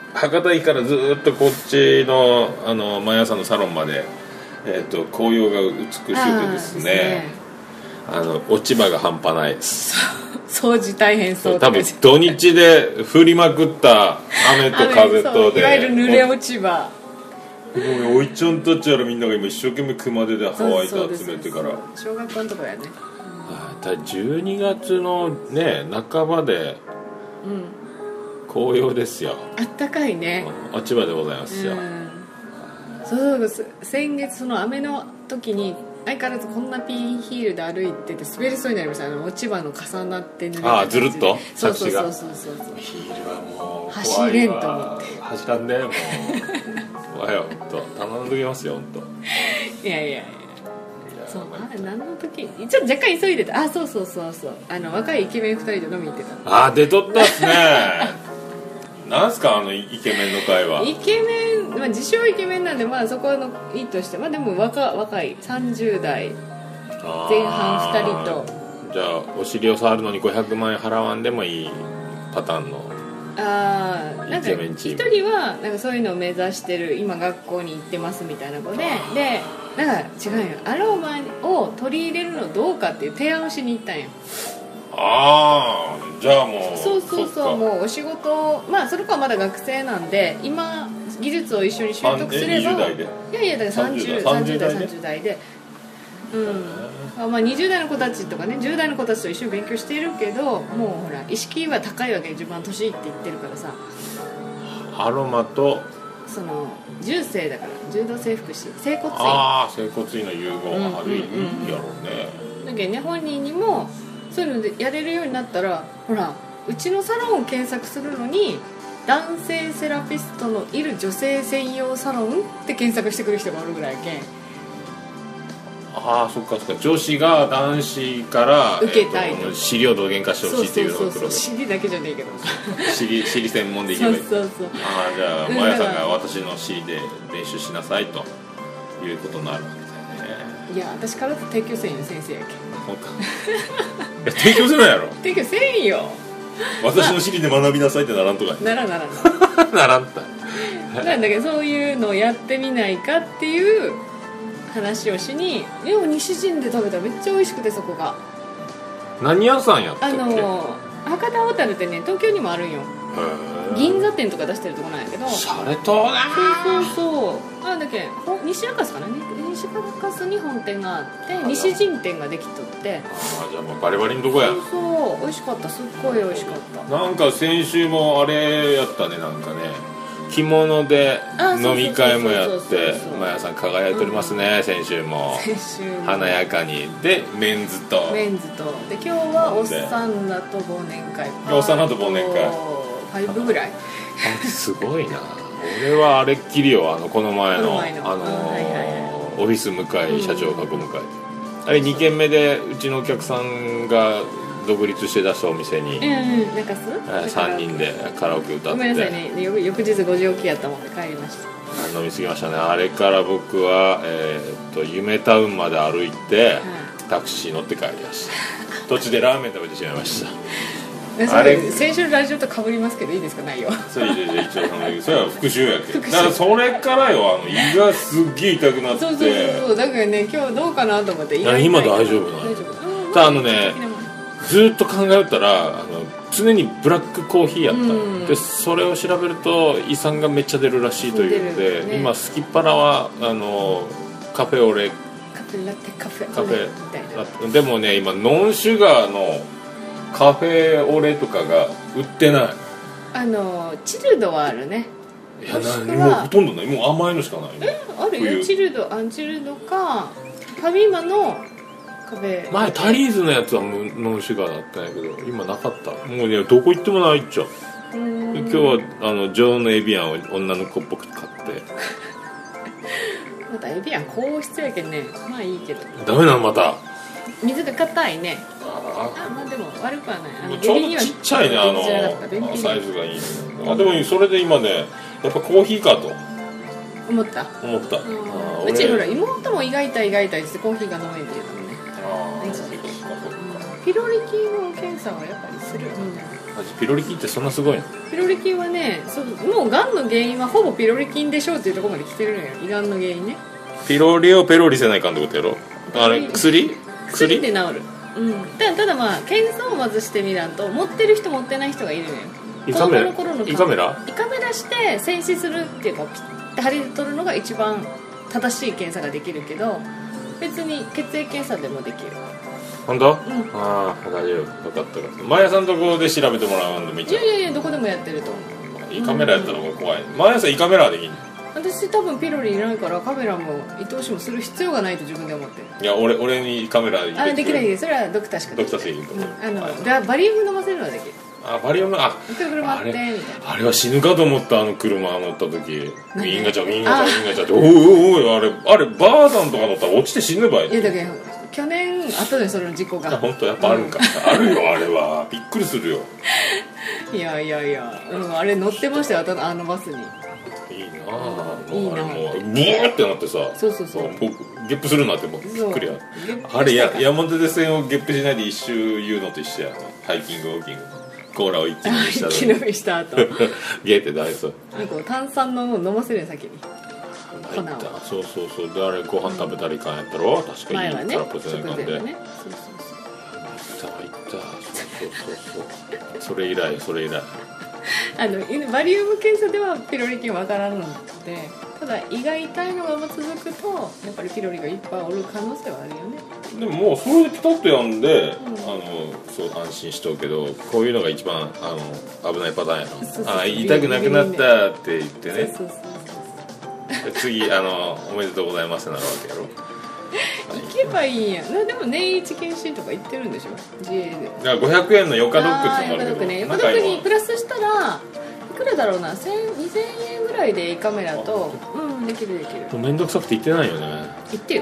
S3: 博多駅からずーっとこっちのあの毎朝のサロンまで、えー、と紅葉が美しくてですね、
S5: ね
S3: あの落ち葉が半端ないです。
S5: 掃除大変そう
S3: 多分土日で降りまくった雨と風とで
S5: いわゆる濡れ落ち葉、
S3: もうおいちゃんたちやらみんなが今一生懸命熊手でハワイと集めてから
S5: 小学校のとこやね、
S3: うん、じゅうにがつのね半ばで紅葉ですよ、
S5: あったかいね、
S3: 落ち葉でございますよ、うん、
S5: そうそう、先月その雨の時に相変わらずこんなピンヒールで歩いてて滑りそうになりました。あの落ち葉の重なって濡れ
S3: ああずるっと
S5: そうそうそうそうそう
S3: ヒールはもう
S5: 走れんと思って
S3: 走らんねもう怖いよ本当頼んできますよ本当。
S5: いやいやいやそうあれ何の時ちょっと若干急いでた。あそうそうそうそうあの若いイケメンふたりで飲みに行ってた。
S3: ああ出とったっすねなんすかあのイケメンの会は。
S5: イケメン、まあ、自称イケメンなんで、まあ、そこのいいとして、まあ、でも 若, 若いさんじゅう代前半ふたりと。
S3: じゃあお尻を触るのにごひゃくまんえん払わんでもいいパターンの
S5: あなんか
S3: イケメンチーム。
S5: 一人はなんかそういうのを目指してる今学校に行ってますみたいな子ででなんか違うよアロマを取り入れるのどうかっていう提案をしに行ったんよ。
S3: ああじゃあもう
S5: そうそうそうもうお仕事まあその子はまだ学生なんで今技術を一緒に習得すれば
S3: にじゅう代で
S5: いやいやだからさんじゅう、さんじゅう代さんじゅう代でうんまあにじゅう代の子たちとかねじゅう代の子たちと一緒に勉強しているけどもうほら意識は高いわけ自分は年いって言ってるからさ
S3: アロマと
S5: その重生だから柔道整復師整骨院
S3: ああ整骨院の融合がある意味やろうね、
S5: だけどね本人にもそういうのでやれるようになったらほらうちのサロンを検索するのに男性セラピストのいる女性専用サロンって検索してくる人がおるぐらいやけん
S3: ああそっかそっか女子が男子から
S5: 受けたい、え
S3: ー、尻をどげんかしてほしいっていうのが
S5: そうそうそうそう尻だけじゃねえけど
S3: 尻, 尻専門でいけばいい
S5: そうそうそう
S3: ああじゃあマヤさんが私の尻で練習しなさいということになるわけだよね。
S5: いや私からと提供せんよ先生やけん
S3: そうかいや提供せないやろ
S5: 提供せんよ
S3: 私の尻で学びなさいってならんとか
S5: ならなら
S3: ならんた
S5: なんだけどそういうのをやってみないかっていう話をしにでも西陣で食べたらめっちゃ美味しくてそこが
S3: 何屋さんやったっけ。
S5: あの博多ホタルってね東京にもあるんよ。銀座店とか出してるとこなんやけど
S3: シャレとうな
S5: そうそうそうあだけ西中洲かな西中洲に本店があって西陣店ができとって
S3: あじゃあもうバリバリのとこや。
S5: そうそう美味しかったすっごい美味しかった。
S3: なんか先週もあれやったねなんかね着物で飲み会もやってマヤさん輝いておりますね、うん、先週も
S5: 先週も
S3: 華やかにでメンズと
S5: メンズとで今日はおっさんらと忘年会
S3: おっさんらと忘年会
S5: ごぐらい
S3: あすごいな俺はあれっきりよあのこの前 の,
S5: の, 前の
S3: あのー
S5: はいはいはい、
S3: オフィス向かい社長囲む会、うん、あれに軒目でうちのお客さんが独立して出したお店に、
S5: うんうん、中洲
S3: さんにんでカラオケ歌ってご
S5: めんなさいね翌日ごじ起きやったもんで帰りました。
S3: 飲み過ぎましたね。あれから僕は、えー、と夢タウンまで歩いて、うん、タクシー乗って帰りました途中でラーメン食べてしまいました
S5: あれ先週のラジオと被りますけどいいですか内容
S3: それ一応それは復習やけどだからそれからよあの胃がすっげえ痛くなって
S5: そうそうそうだからね今日どうかなと思って
S3: いや今大丈夫なの大丈夫、うん、あのねずっと考えたらあの常にブラックコーヒーやった、うん、でそれを調べると胃酸がめっちゃ出るらしいというので、ね、今スキッパラはあのカフェオレ
S5: カフェラテカフェ
S3: カフェみたいなでもね今ノンシュガーのカフェオレとかが売ってない。
S5: あのチルドはあるね。
S3: いやなもうほとんどないもう甘いのしかない。
S5: えあるよチルドアンチルドかファミマのカフェ
S3: 前タリーズのやつはノンシュガーだったんやけど今なかったもうねどこ行ってもないっちゃ。今日はあのジョーのエビアンを女の子っぽく買って
S5: またエビアン高質やけんねまあいいけど
S3: ダメなのまた
S5: 水が硬いね。ああまあでも悪くはないあの
S3: ちょうどちっちゃいねあのサイズがいい、ね、あでもそれで今ねやっぱコーヒーかと
S5: 思った
S3: 思った、
S5: うん、うちほら妹も胃が痛い胃が痛いってコーヒーが飲めんっていうのね
S3: ああ
S5: ピロリ菌の検査はやっぱりするみんな
S3: ピロリ菌ってそんなすごいの？
S5: ピロリ菌はね、そもうがんの原因はほぼピロリ菌でしょうっていうところまで来てるのよ。胃がんの原因ね。
S3: ピロリをペロリせないかんってことやろ。あれ薬
S5: 薬で治る。うん、ただただまあ検査をまずしてみらんと、持ってる人持ってない人がいるのよ。
S3: 胃カメラ
S5: 子供の頃の
S3: 胃カメラ
S5: 胃カメラして潜視するっていうか、ピッて針で取るのが一番正しい検査ができるけど、別に血液検査でもできる。
S3: 本当？
S5: うん、
S3: ああ大丈夫、分かったから毎朝のところで調べてもらうのめっちゃ。
S5: いやいやいや、どこでもやってると思う。
S3: 胃カメラやったらもう怖い。毎朝胃カメラはできんの？
S5: 私多分ピロリいないからカメラも伊藤氏もする必要がないと自分で思ってる。
S3: いや俺俺に胃カメラ入れてくれる？
S5: あ、できないです。それはドクターしかできない。
S3: ドクターしかできない、
S5: うん、あの、
S3: はい
S5: ババリウム飲ませるのはできる。
S3: あバリウム、あ
S5: 車ってみたいな。
S3: あれは死ぬかと思った。あの車乗った時ウィーンガチャウィーンガ
S5: あ
S3: チャウィーンガチャっておいおいおい、あれあればあさんとか乗ったら落ちて死ぬばい。
S5: いやだけど去年あったでその事故が。
S3: 本当やっぱあるんか、うん、あるよあれはびっくりするよ。
S5: いやいやいや、うん、あれ乗ってましたよ、あのあのバスに。
S3: いいなあ、
S5: いいなあ。
S3: もうブワーってなってさ、
S5: そうそうそう、
S3: 僕ゲップするなってもうびっくりや。
S5: そう
S3: あれや山手線をゲップしないで一周言うのと一緒やな。ハイキングウォーキングコーラを一気飲みした
S5: 一気飲みした後
S3: ゲーって大そう。
S5: なんか炭酸の飲ませるよ先に。粉を
S3: そうそうそう。であれご飯食べたらいかんやったろ、確かに。
S5: 前はね、
S3: 空っぽせないかんで、
S5: 直前はね。そうそうそう。
S3: いったいったそうそうそうそれ以来それ以来
S5: あのバリウム検査ではピロリ菌わからんので、ただ胃が痛いのが続くとやっぱりピロリがいっぱいおる可能性はあるよね。
S3: でももうそれでピタッとやんで、
S5: うん、
S3: あのそう安心しとうけど、こういうのが一番あの危ないパターンやろ。
S5: そうそうそう、
S3: あ痛くなくなったって言ってね、
S5: そうそうそう
S3: 次あのおめでとうございますなるわけやろ。
S5: 行けばいいんやな。でも年一検診とか行ってるんでしょ ジェーエー で。
S3: だからごひゃくえんのヨカドッグってのもあるけど、
S5: ヨカドッグね、ヨカドッグにプラスしたらいくらだろうな、にせんえんぐらいで胃カメラと、うん、できるできる。
S3: めんどくさくて言ってないよね。
S5: 行ってよ。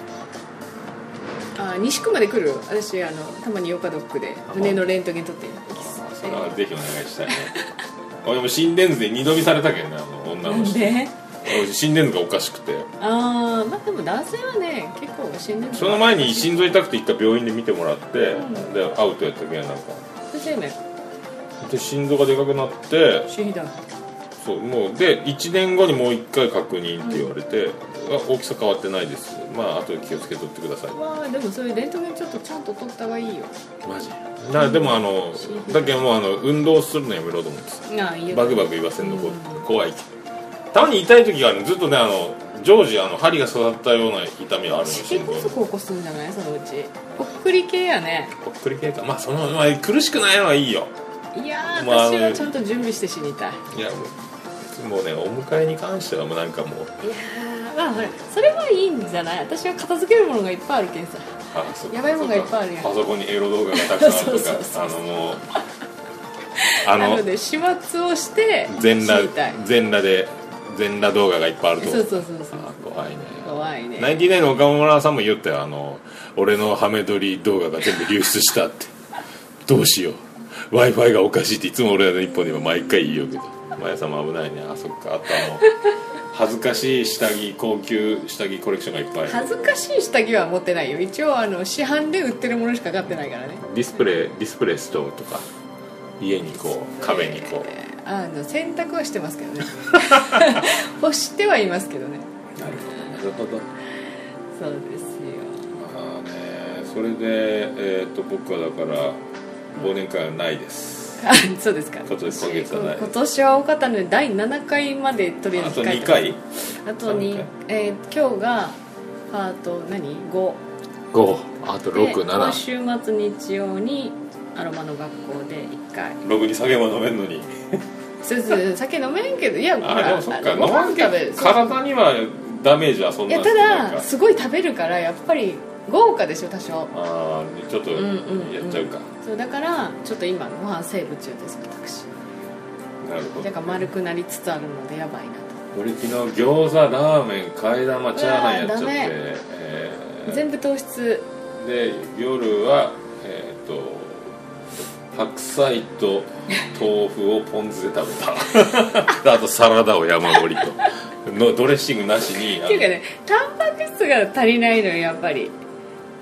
S5: あ、西区まで来る。私あのたまにヨカドッグで胸のレントゲン取って
S3: それはぜひお願いしたいね。俺も心電図で二度見されたけどね、あの女の人。
S5: で
S3: 心電図がおかしくて。
S5: ああ、まあでも男性はね結構心電図。
S3: その前に心臓痛くて一回病院で見てもらって、
S5: うん、
S3: でアウトやったけんなんか
S5: 生命
S3: で心臓がでかくなって
S5: 死だ。
S3: そうもうでいちねんごにもういっかい確認って言われて、うん、大きさ変わってないです、まああとで気をつけとってください。
S5: まあでもそういうレントゲンちょっとちゃんと取った方がいいよ。
S3: マジだ。でもあのだけどもうあの運動するのやめろと思ってさ、
S5: あいいよ
S3: バクバク言わせんの、うん、怖い。たまに痛い時があるの。ずっとねあの常時あの針が刺さったような痛みがあるの。
S5: 心梗塞起こすんじゃないそのうち。ぽっくり系やね。
S3: ぽっくり系か。まあその、まあ、苦しくないのはいいよ。
S5: いやー、
S3: まあ、
S5: 私はちゃんと準備して死にたい。
S3: いやもうねお迎えに関してはもうなんかもう
S5: いやー、まあそれはいいんじゃない。私は片付けるものがいっぱいあるけんさ。
S3: あそう
S5: やばいものがいっぱいあるやん。
S3: パソコンにエロ動画がたくさんあるとか
S5: そうそうそう
S3: あのもうあの
S5: なので始末をして
S3: 全裸
S5: 死にたい。
S3: 全裸で全裸動画がいっぱいあると。
S5: そうそうそうそう。
S3: あ怖いね。
S5: 怖いね。
S3: ナインティナインの岡村さんも言ったよ。あの俺のハメ撮り動画が全部流出したってどうしよう ワイファイ がおかしいっていつも俺らの一本にも毎回言うけど、マヤさんも危ないね。あそっか。あとあの恥ずかしい下着、高級下着コレクションがいっぱいある。
S5: 恥ずかしい下着は持ってないよ。一応あの市販で売ってるものしか買ってないからね。
S3: ディスプレイディスプレイストーとか家にこう壁にこう、
S5: えー、あの洗濯はしてますけどね干してはいますけどね。
S3: なるほどなるほど。
S5: そうですよ。
S3: まあね、それで、えー、と僕はだから忘年会はないです。
S5: あ、そうですか。
S3: 今年今月はない。
S5: 今年は多かったのでだいななかいまでとりあえず
S3: あとにかい。
S5: あとに、えー、今日がパート何ご
S3: ご、あとろく、なな。
S5: 今週末日曜にアロマの学校でいっかい。
S3: ろくに酒も飲めんのに
S5: そうそう酒飲めんけど、いや
S3: あでもそっか、飲
S5: ご
S3: まんけど
S5: 飯食べる。
S3: 体にはダメージはそん
S5: いや
S3: な少ないか。
S5: ただすごい食べるからやっぱり豪華でしょ多少。
S3: ああちょっとや
S5: うんうんうん
S3: っちゃうか。
S5: そうだからちょっと今ご飯セーブ中です私。
S3: なるほど。
S5: だから丸くなりつつあるのでやばいなと。
S3: 俺昨日餃子ラーメン替え玉チャーハンやっちゃって、
S5: うわーダメ
S3: えー
S5: 全部糖質。
S3: で夜はえっ、と白菜と豆腐をポン酢で食べたあとサラダを山盛りとのドレッシングなしに。
S5: っていうかね、タンパク質が足りないのよやっぱり。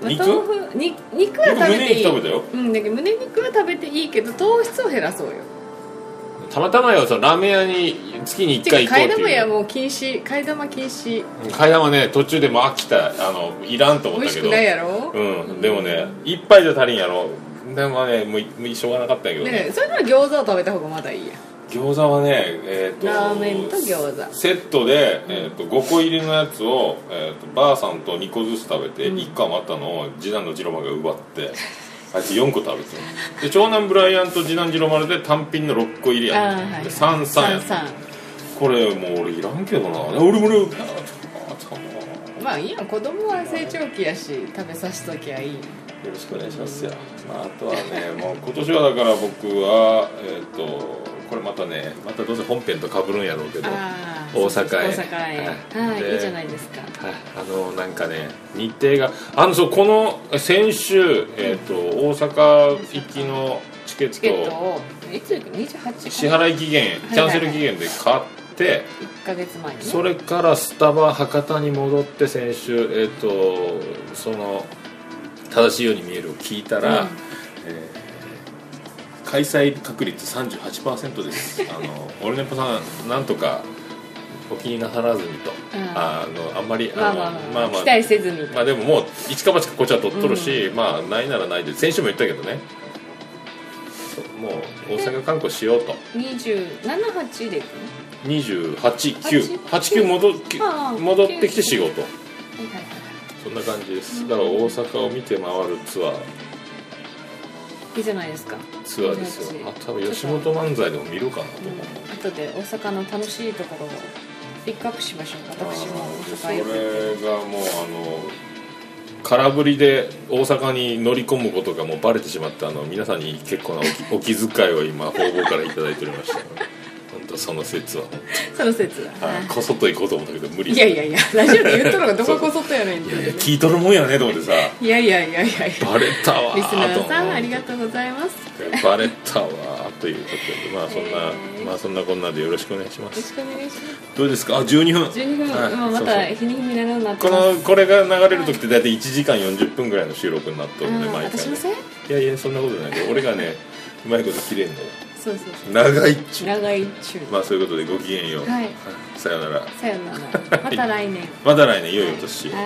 S5: まあ、
S3: 肉
S5: 豆腐に肉は食べていい。
S3: 僕胸肉食べたよ。
S5: うんだけど胸肉は食べていいけど糖質を減らそうよ。
S3: たまたまよ、そのラーメン屋に月にいっかい行こうっていう。
S5: 替え玉屋もう禁止、替え玉禁止。
S3: 替え玉ね、途中でもう飽きた、あのいらんと思ったけど。
S5: 美味しくないやろ。
S3: うん、でもね一杯じゃ足りんやろ。でもねもうもうしょうがなかったんやけどね。
S5: ねそれなら餃子を食べた方がまだいいや。
S3: 餃子はね、えー、と
S5: ラーメンと餃子
S3: セットで、えー、とごこ入りのやつを、えー、とばあさんとにこずつ食べて、うん、いっこ余ったのを次男の次郎丸が奪ってあいつよんこ食べてで長男ブライアンと次男次郎丸で単品のろっこ入りやった、はい、でさんさんやったこれもう俺いらんけどな俺も俺
S5: まあいいや子供は成長期やし食べさせときゃいい。
S3: よろしくお願いしますよ、まあ、あとはねもう今年はだから僕はえっ、ー、とこれまたねまたどうせ本編と被るんやろうけど大阪へ
S5: 大阪へはい、はい、いいじゃないですか。
S3: はいあのなんかね日程があのそうこの先週、えー、と大阪行きのチケット
S5: チケットをいつにじゅうはち
S3: 支払い期限キャンセル期限で買ってい
S5: っかげつまえに、ね、
S3: それからスタバ博多に戻って先週えっ、ー、とその正しいように見えるを聞いたら、うんえー、開催確率 さんじゅうはちパーセント ですあのオルネポさんなんとかお気になさらずにと、うん、あのあんまり
S5: まあまあまあ、まあまあ、期待せずに
S3: まあでももう一か八かこっちは取っとるし、うん、まあないならないで先週も言ったけどねもう大阪観光しようと
S5: にじゅうなな、はちで行くの
S3: にじゅうはち、きゅう はち、きゅう戻戻ってきて仕事、はいはいはい、そんな感じです。だから大阪を見て回るツアー
S5: いいじゃないですか。
S3: ツアーですよ。あ多分吉本漫才でも見るかなと思う、
S5: うん、後で大阪の楽しいところをピックアップしましょう。私も大阪よく
S3: それがもうあの空振りで大阪に乗り込むことがもうバレてしまったあの皆さんに結構なお気お気遣いを今方々からいただいておりました本当その説は
S5: その説は、
S3: はい、こそっと行こうと思ったけど無理
S5: いやいやいやラジオで言っとるのがどここそっとやねんって、
S3: いやいや聞いとるもんやねと思ってさ
S5: いやいやいやいや
S3: バレたわ
S5: リスナーさんありがとうございます
S3: バレたわということでまあそんな、えー、まあそんなこんなでよろしくお願いします。
S5: よろしくお願いします
S3: どうですかあじゅうにふん
S5: じゅうにふん、はい、また日に日になるようになって
S3: このこれが流れる時って大体いちじかんよんじゅっぷんぐらいの収録になっとるんで毎回、ね、
S5: 私のせい
S3: いやいやそんなことないけど俺がねうまいこと切れんの
S5: そうそうそう
S3: 長いっちゅう
S5: 長いっちゅう
S3: まあそういうことでごきげんよう、はい、さよなら
S5: さよならまた来年
S3: また来年良いお年を
S5: はい、はい、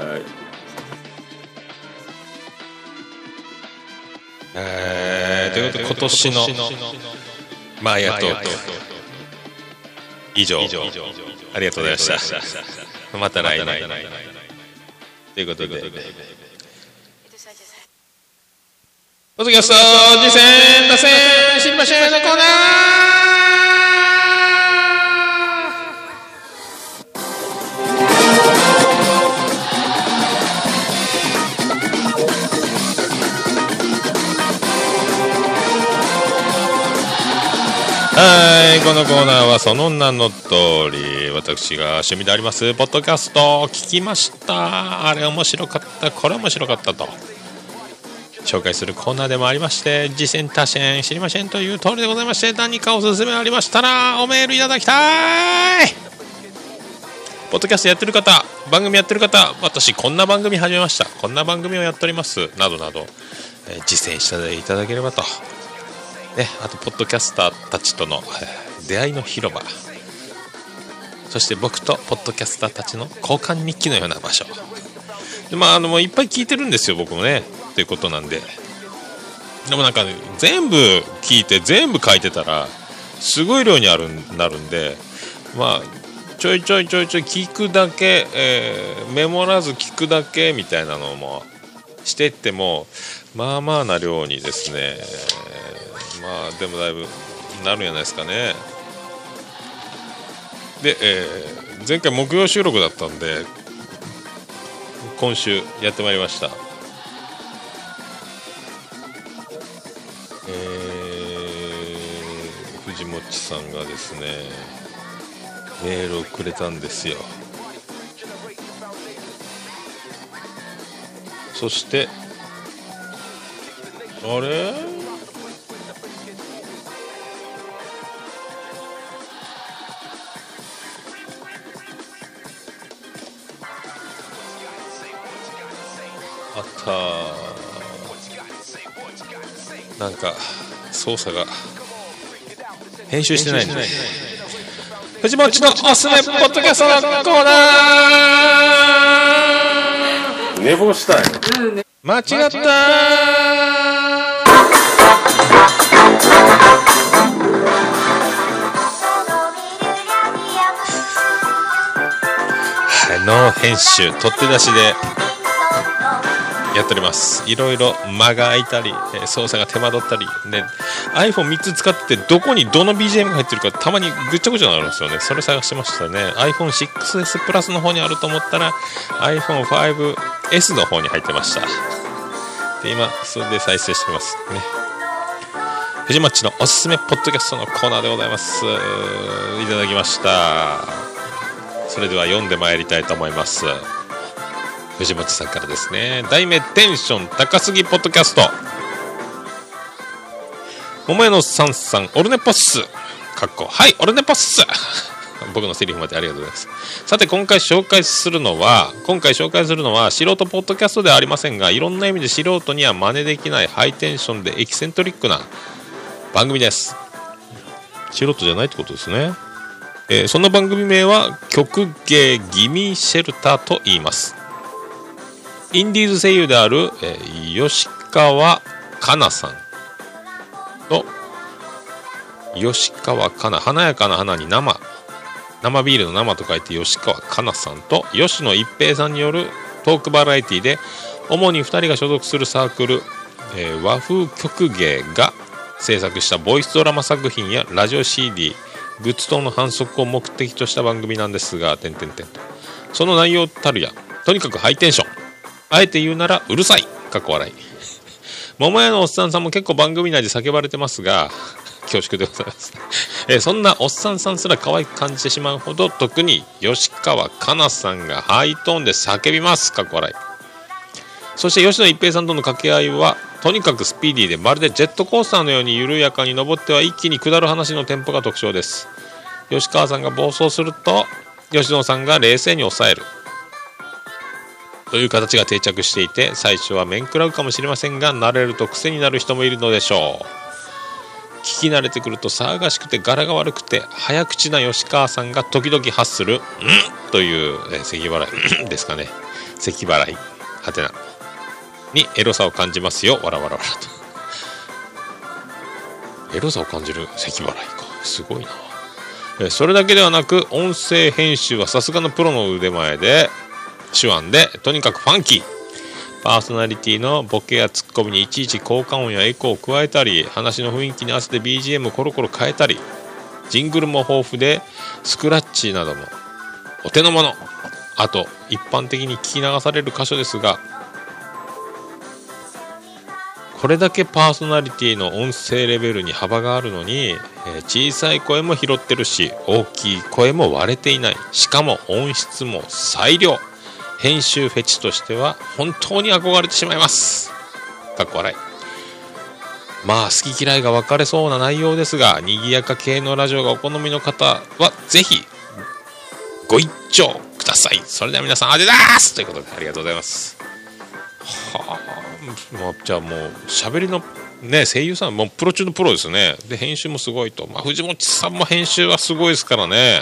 S3: えー、ということで今年のマーヤトーク以上ありがとうございましたまた来年ということでポッドキャスト次戦打線知りませんのコーナーはいこのコーナーはその名の通り私が趣味でありますポッドキャストを聞きましたあれ面白かったこれ面白かったと紹介するコーナーでもありまして次戦他戦知りませんという通りでございまして何かおすすめありましたらおメールいただきたいポッドキャストやってる方番組やってる方私こんな番組始めましたこんな番組をやっておりますなどなど、えー、実践していただければとね、あとポッドキャスターたちとの、えー、出会いの広場そして僕とポッドキャスターたちの交換日記のような場所で、まあ、あのもういっぱい聞いてるんですよ僕もねということなんででもなんか、ね、全部聞いて全部書いてたらすごい量にあるなるんでまあちょいちょいちょいちょい聞くだけ、えー、メモらず聞くだけみたいなのもしてってもまあまあな量にですねまあでもだいぶなるんじゃないですかねで、えー、前回木曜収録だったんで今週やってまいりましたえー、藤もちさんがですねメールをくれたんですよそしてあれあっはあ、なんか操作が編集してないね。藤本のおすすめポッドキャストのコーナー。
S6: 寝坊したい。
S3: 間違ったー。ノー編集取って出しでやっております。いろいろ間が空いたり操作が手間取ったりで アイフォンみっつ使っててどこにどの ビージーエム が入ってるかたまにぐっちゃぐちゃになるんですよね。それ探してましたね。 アイフォンシックスエス プラスの方にあると思ったら アイフォンファイブエス の方に入ってました。で今それで再生してますね。藤マッチのおすすめポッドキャストのコーナーでございます。いただきました。それでは読んでまいりたいと思います。藤本さんからですね。題名テンション高すぎポッドキャスト。桃屋のさんさんオルネポッスかっこはいオルネポッス僕のセリフまでありがとうございます。さて今回紹介するのは今回紹介するのは素人ポッドキャストではありませんが、いろんな意味で素人には真似できないハイテンションでエキセントリックな番組です。素人じゃないってことですね。えー、その番組名は曲芸ギミシェルターと言います。インディーズ声優である、えー、吉川かなさんと吉川かな、華やかな花に生生ビールの生と書いて吉川かなさんと吉野一平さんによるトークバラエティで、主にふたりが所属するサークル、えー、和風曲芸が制作したボイスドラマ作品やラジオ シーディー、グッズ等の販促を目的とした番組なんですが、点々点とその内容たるやとにかくハイテンション、あえて言うならうるさいかっこ笑い。桃屋のおっさんさんも結構番組内で叫ばれてますが恐縮でございます、えー、そんなおっさんさんすら可愛く感じてしまうほど、特に吉川かなさんがハイトーンで叫びますかっこ笑い。そして吉野一平さんとの掛け合いはとにかくスピーディーで、まるでジェットコースターのように緩やかに登っては一気に下る話のテンポが特徴です。吉川さんが暴走すると吉野さんが冷静に抑えるという形が定着していて、最初は面食らうかもしれませんが、慣れると癖になる人もいるのでしょう。聞き慣れてくると騒がしくて柄が悪くて早口な吉川さんが時々発するんという咳払いですかね。咳払いはてなにエロさを感じますよ。わらわらわらとエロさを感じる咳払いか、すごいな。それだけではなく音声編集はさすがのプロの腕前で、手腕でとにかくファンキー。パーソナリティのボケやツッコミにいちいち効果音やエコーを加えたり、話の雰囲気に合わせて ビージーエム をコロコロ変えたり、ジングルも豊富でスクラッチなどもお手の物。あと一般的に聞き流される箇所ですが、これだけパーソナリティの音声レベルに幅があるのに、えー、小さい声も拾ってるし、大きい声も割れていない。しかも音質も最良。編集フェチとしては本当に憧れてしまいます。かっこ笑い。まあ好き嫌いが分かれそうな内容ですが、賑やか系のラジオがお好みの方はぜひご一聴ください。それでは皆さんありがとうございますということで、ありがとうございます。はあ、もうじゃあもう喋りのね、声優さんもうプロ中のプロですね。で編集もすごいと、まあ、藤本さんも編集はすごいですからね。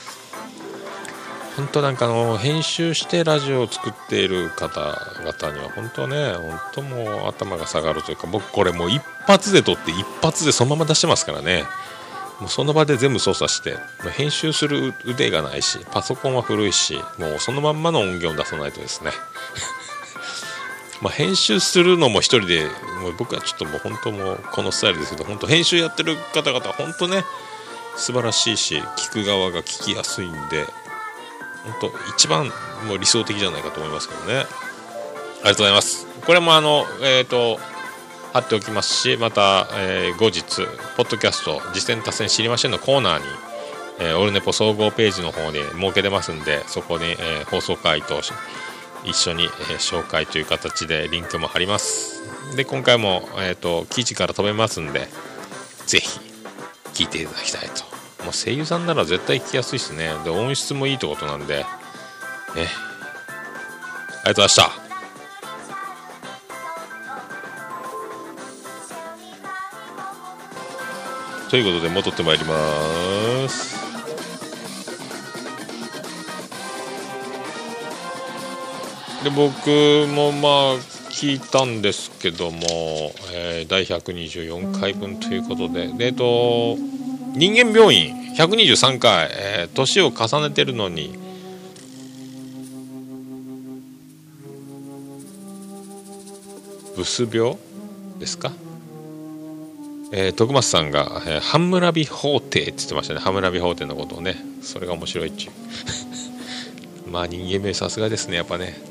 S3: 本当なんかあの編集してラジオを作っている方々には本当ね、本当もう頭が下がるというか、僕これもう一発で撮って一発でそのまま出してますからね。もうその場で全部操作して、編集する腕がないし、パソコンは古いし、もうそのまんまの音源を出さないとですねまあ編集するのも一人で、もう僕はちょっともう本当もうこのスタイルですけど、本当編集やってる方々は本当ね素晴らしいし、聞く側が聞きやすいんで、本当一番もう理想的じゃないかと思いますけどね。ありがとうございます。これもあのえっと貼っておきますし、また、えー、後日ポッドキャスト実践達成知りませんのコーナーに、えー、オルネポ総合ページの方に設けてますんで、そこに、えー、放送回と一緒に、えー、紹介という形でリンクも貼ります。で今回も、えー、と記事から飛べますんで、ぜひ聞いていただきたいと。もう声優さんなら絶対聞きやすいですね。で音質もいいってことなんでね。ありがとうございました。 ということで戻ってまいります。で僕もまあ聞いたんですけども、えー、だいひゃくにじゅうよんかいぶんということで、でえっと人間病院ひゃくにじゅうさんかい、えー、年を重ねてるのにブス病ですか、えー、徳松さんが、えー、ハムラビ法廷って言ってましたね。ハムラビ法廷のことをね、それが面白いっちゅうまあ人間病院さすがですね、やっぱね。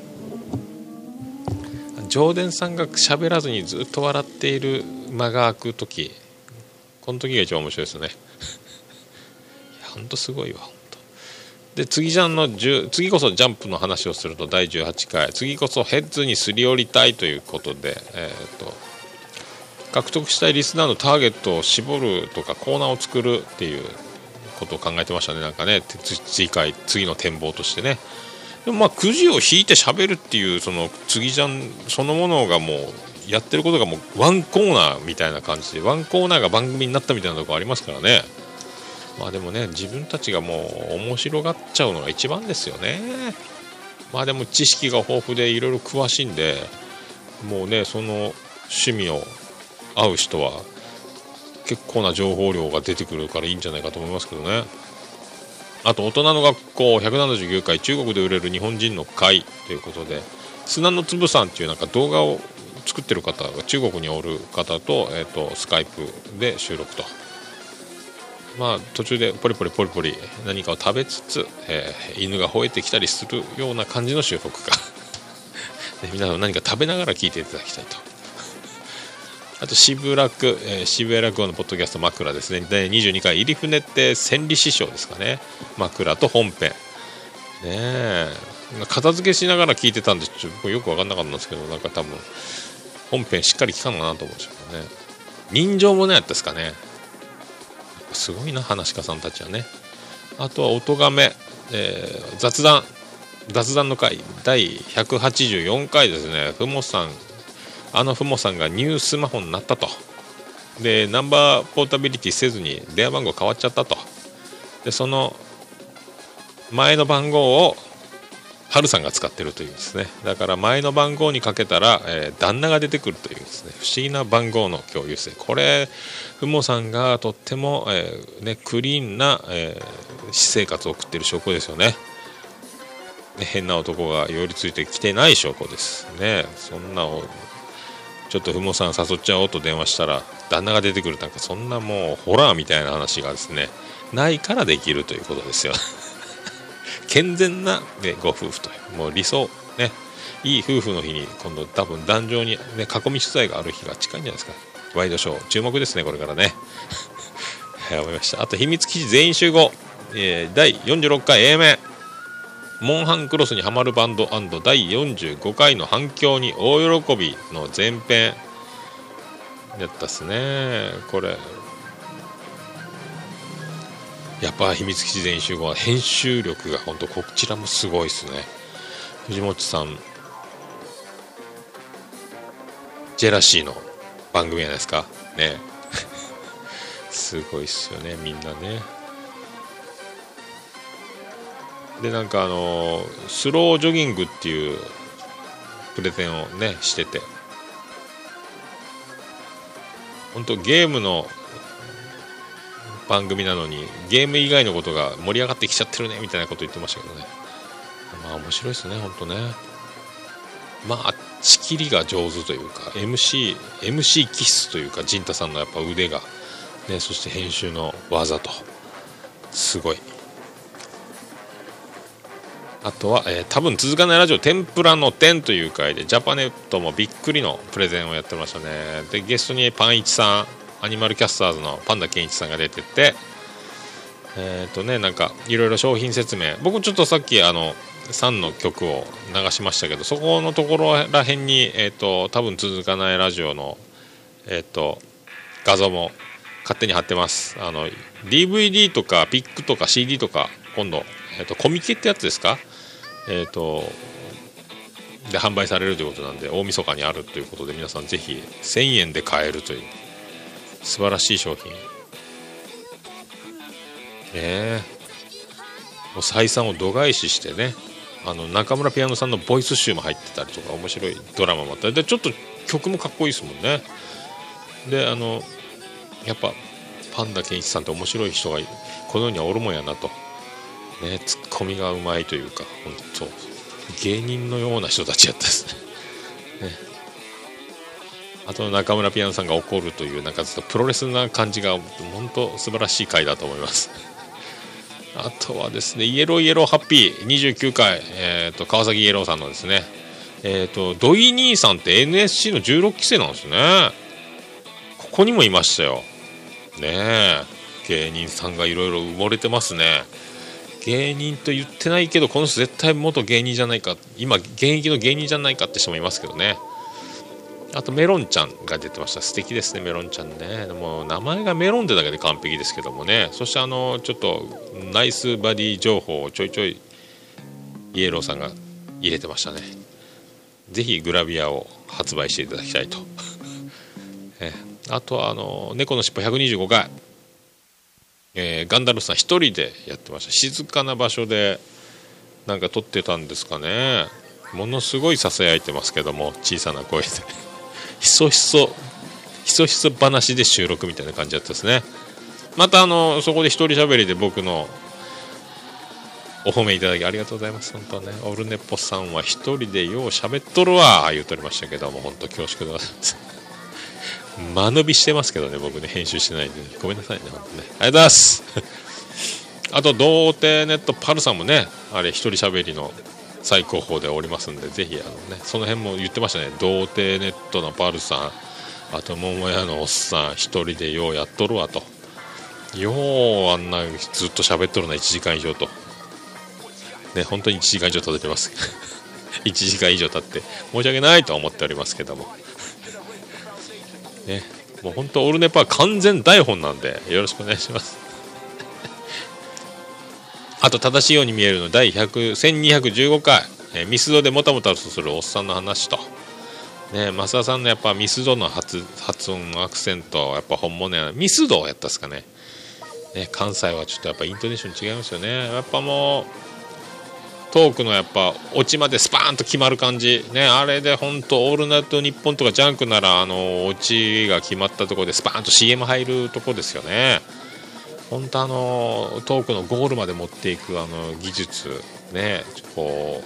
S3: 上田さんが喋らずにずっと笑っている間が空くとき、この時が一番面白いですね。いやほんとすごいわ、ほんと。で次じゃんの次こそジャンプの話をするとだいじゅうはちかい、次こそヘッズにすり寄りたいということで、えー、と獲得したいリスナーのターゲットを絞るとかコーナーを作るっていうことを考えてましたね。なんかね、次回次の展望としてね。でもまあくじを引いて喋るっていうその次じゃんそのものがもうやってることがもうワンコーナーみたいな感じで、ワンコーナーが番組になったみたいなところありますからね。まあでもね、自分たちがもう面白がっちゃうのが一番ですよね。まあでも知識が豊富でいろいろ詳しいんで、もうねその趣味を合う人は結構な情報量が出てくるからいいんじゃないかと思いますけどね。あと大人の学校ひゃくななじゅうきゅうかい中国で売れる日本人の会ということで、砂の粒さんっていうなんか動画を作ってる方が中国におる方と、えー、とスカイプで収録と、まあ途中でポリポリポリポリ何かを食べつつ、えー、犬が吠えてきたりするような感じの収録がで皆さん何か食べながら聞いていただきたいと。あと渋楽、えー、渋谷落語のポッドキャスト枕ですね。だいにじゅうにかい入船って千里師匠ですかね。枕と本編ねえ、片付けしながら聞いてたんでちょっとよく分かんなかったんですけど、なんか多分本編しっかり聞かんのかなと思うんですけどね。人情もねやったですかね。すごいな話し家さんたちはね。あとは音がめ、えー、雑談雑談の回だいひゃくはちじゅうよんかいですね。ふもさんあのふもさんがニュースマホになったと。でナンバーポータビリティせずに電話番号変わっちゃったと。でその前の番号をハルさんが使ってるというですね。だから前の番号にかけたら、えー、旦那が出てくるというですね、不思議な番号の共有性。これふもさんがとっても、えーね、クリーンな、えー、私生活を送っている証拠ですよね。ね変な男が寄りついてきてない証拠ですね。そんなをちょっとふもさん誘っちゃおうと電話したら旦那が出てくる、なんかそんなもうホラーみたいな話がですねないからできるということですよ健全な、ね、ご夫婦というもう理想ね、いい夫婦の日に今度多分壇上に、ね、囲み取材がある日が近いんじゃないですか。ワイドショー注目ですねこれからねはい思いました。あと秘密基地全員集合、えー、だいよんじゅうろっかい A 面モンハンクロスにハマるバンド&だいよんじゅうごかいの反響に大喜びの前編やったっすね。これやっぱ秘密基地全員集合は編集力が本当こちらもすごいっすね。藤本さんジェラシーの番組じゃないですかねすごいっすよねみんなね。でなんかあのスロージョギングっていうプレゼンをねしてて、本当ゲームの番組なのにゲーム以外のことが盛り上がってきちゃってるねみたいなこと言ってましたけどね。まあ面白いですね本当ね。まあ仕切りが上手というか エムシー エムシー 気質というか陣太さんのやっぱ腕がね、そして編集の技とすごい。あとは、えー、多分続かないラジオ天ぷらの天という回でジャパネットもびっくりのプレゼンをやってましたね。でゲストにパンイチさんアニマルキャスターズのパンダケンイチさんが出てて、えっとねなんかいろいろ商品説明、僕ちょっとさっきあのさんの曲を流しましたけど、そこのところらへんに、えー、と多分続かないラジオの、えー、と画像も勝手に貼ってます。あの ディーブイディー とかピックとか シーディー とか今度、えー、とコミケってやつですか、えー、とで販売されるということなんで大晦日にあるということで皆さんぜひせんえんで買えるという素晴らしい商品えもう採算を度外視してね、あの中村ピアノさんのボイス集も入ってたりとか、面白いドラマもあったりで、ちょっと曲もかっこいいですもんね。であのやっぱパンダケンイチさんって面白い人がこの世にはおるもんやなと、ね、ツッコミがうまいというか、本当芸人のような人たちやったですね。ね、あと中村ピアノさんが怒るという、なんかちょっとプロレスな感じが本当素晴らしい回だと思います。あとはですね、イエローイエローハッピーにじゅうきゅうかい、えー、と川崎イエローさんのですね、えー、と土井兄さんって エヌエスシー のじゅうろっきせいなんですね。ここにもいましたよねえ。芸人さんがいろいろ埋もれてますね。芸人と言ってないけどこの人絶対元芸人じゃないか、今現役の芸人じゃないかって人もいますけどね。あとメロンちゃんが出てました。素敵ですね、メロンちゃんね。でも名前がメロンでだけで完璧ですけどもね。そしてあのちょっとナイスバディ情報をちょいちょいイエローさんが入れてましたね。ぜひグラビアを発売していただきたいとえあとはあの猫のしっぽひゃくにじゅうごかい、えー、ガンダルフさん一人でやってました。静かな場所でなんか撮ってたんですかね。ものすごいささやいてますけども、小さな声でひそひそひそひそ話で収録みたいな感じだったですね。またあのそこで一人喋りで僕のお褒めいただきありがとうございます。本当ね、オルネポさんは一人でよう喋っとるわ言うとりましたけども、本当恐縮でございます間延びしてますけどね、僕ね編集してないんでごめんなさいね、本当ね、ありがとうございますあと童貞ネットパルさんもね、あれ一人喋りの最高峰でおりますんで、ぜひあのねその辺も言ってましたね。童貞ネットのパルさん、あと桃屋のおっさん一人でようやっとるわと、ようあんなずっと喋っとるな、いちじかん以上とね、本当にいちじかん以上経ってますいちじかん以上経って申し訳ないと思っておりますけどもね、もう本当オルネパは完全台本なんでよろしくお願いしますあと正しいように見えるのだいせんにひゃくじゅうごかい、えー、ミスドでもたもたとするおっさんの話と、ね、増田さんのやっぱミスドの 発, 発音アクセントやっぱ本物やな。ミスドやったっすか ね, ね関西はちょっとやっぱイントネーション違いますよね。やっぱもうトークのやっぱオチまでスパーンと決まる感じね。あれで本当オールナイトニッポンとかジャンクならあのオチが決まったところでスパーンと シーエム 入るとこですよね。本当あのトークのゴールまで持っていくあの技術ね、こう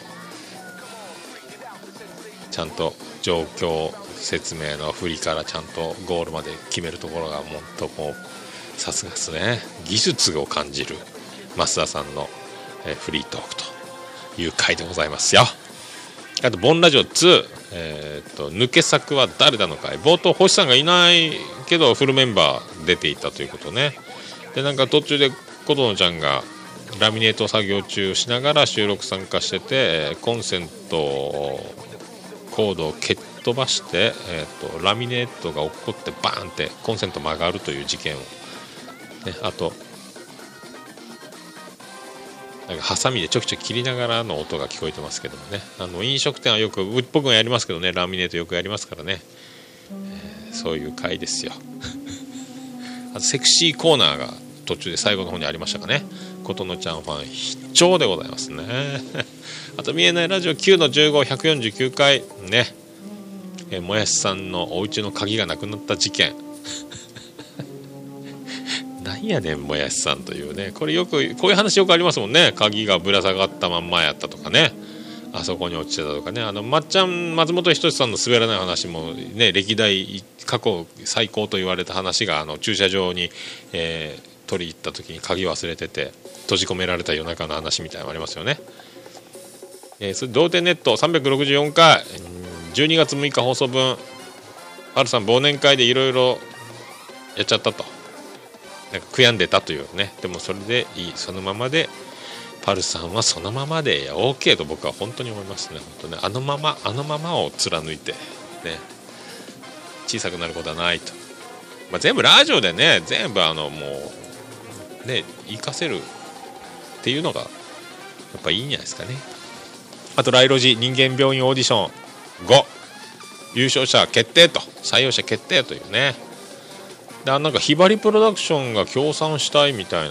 S3: ちゃんと状況説明の振りからちゃんとゴールまで決めるところがもっともうさすがですね。技術を感じる増田さんのえフリートークという回でございますよ。あとボンラジオツー、えー、と抜け作は誰だの回、冒頭星さんがいないけどフルメンバー出ていたということね。でなんか途中で琴乃ちゃんがラミネート作業中しながら収録参加してて、コンセントコードを蹴っ飛ばして、えー、とラミネートが落っこってバーンってコンセント曲がるという事件を、ね、あとなんかハサミでちょきちょき切りながらの音が聞こえてますけどもね。あの飲食店はよく僕もやりますけどね、ラミネートよくやりますからね、えー、そういう回ですよあとセクシーコーナーが途中で最後の方にありましたかね。琴乃ちゃんファン必聴でございますねあと見えないラジオきゅうのじゅうご、ひゃくよんじゅうきゅうかいね、えー、もやしさんのお家の鍵がなくなった事件なんやねんもやしさんというね、これよくこういう話よくありますもんね。鍵がぶら下がったまんまやったとかね、あそこに落ちてたとかね。あのまっちゃん松本人志さんの滑らない話もね、歴代過去最高と言われた話があの駐車場に、えー、取り行った時に鍵忘れてて閉じ込められた夜中の話みたいなのありますよね。えー、それ同点ネットさんびゃくろくじゅうよんかい、じゅうにがつむいか放送分、ハルさん忘年会でいろいろやっちゃったと、なんか悔やんでたというね。でもそれでいい、そのままでパルさんはそのままで OK と僕は本当に思いますね。本当ね、あのままあのままを貫いてね、小さくなることはないと、まあ、全部ラジオでね、全部あのもうね活かせるっていうのがやっぱいいんじゃないですかね。あとライロジ人間病院オーディションご優勝者決定と、採用者決定というね。でなんかひばりプロダクションが協賛したいみたいな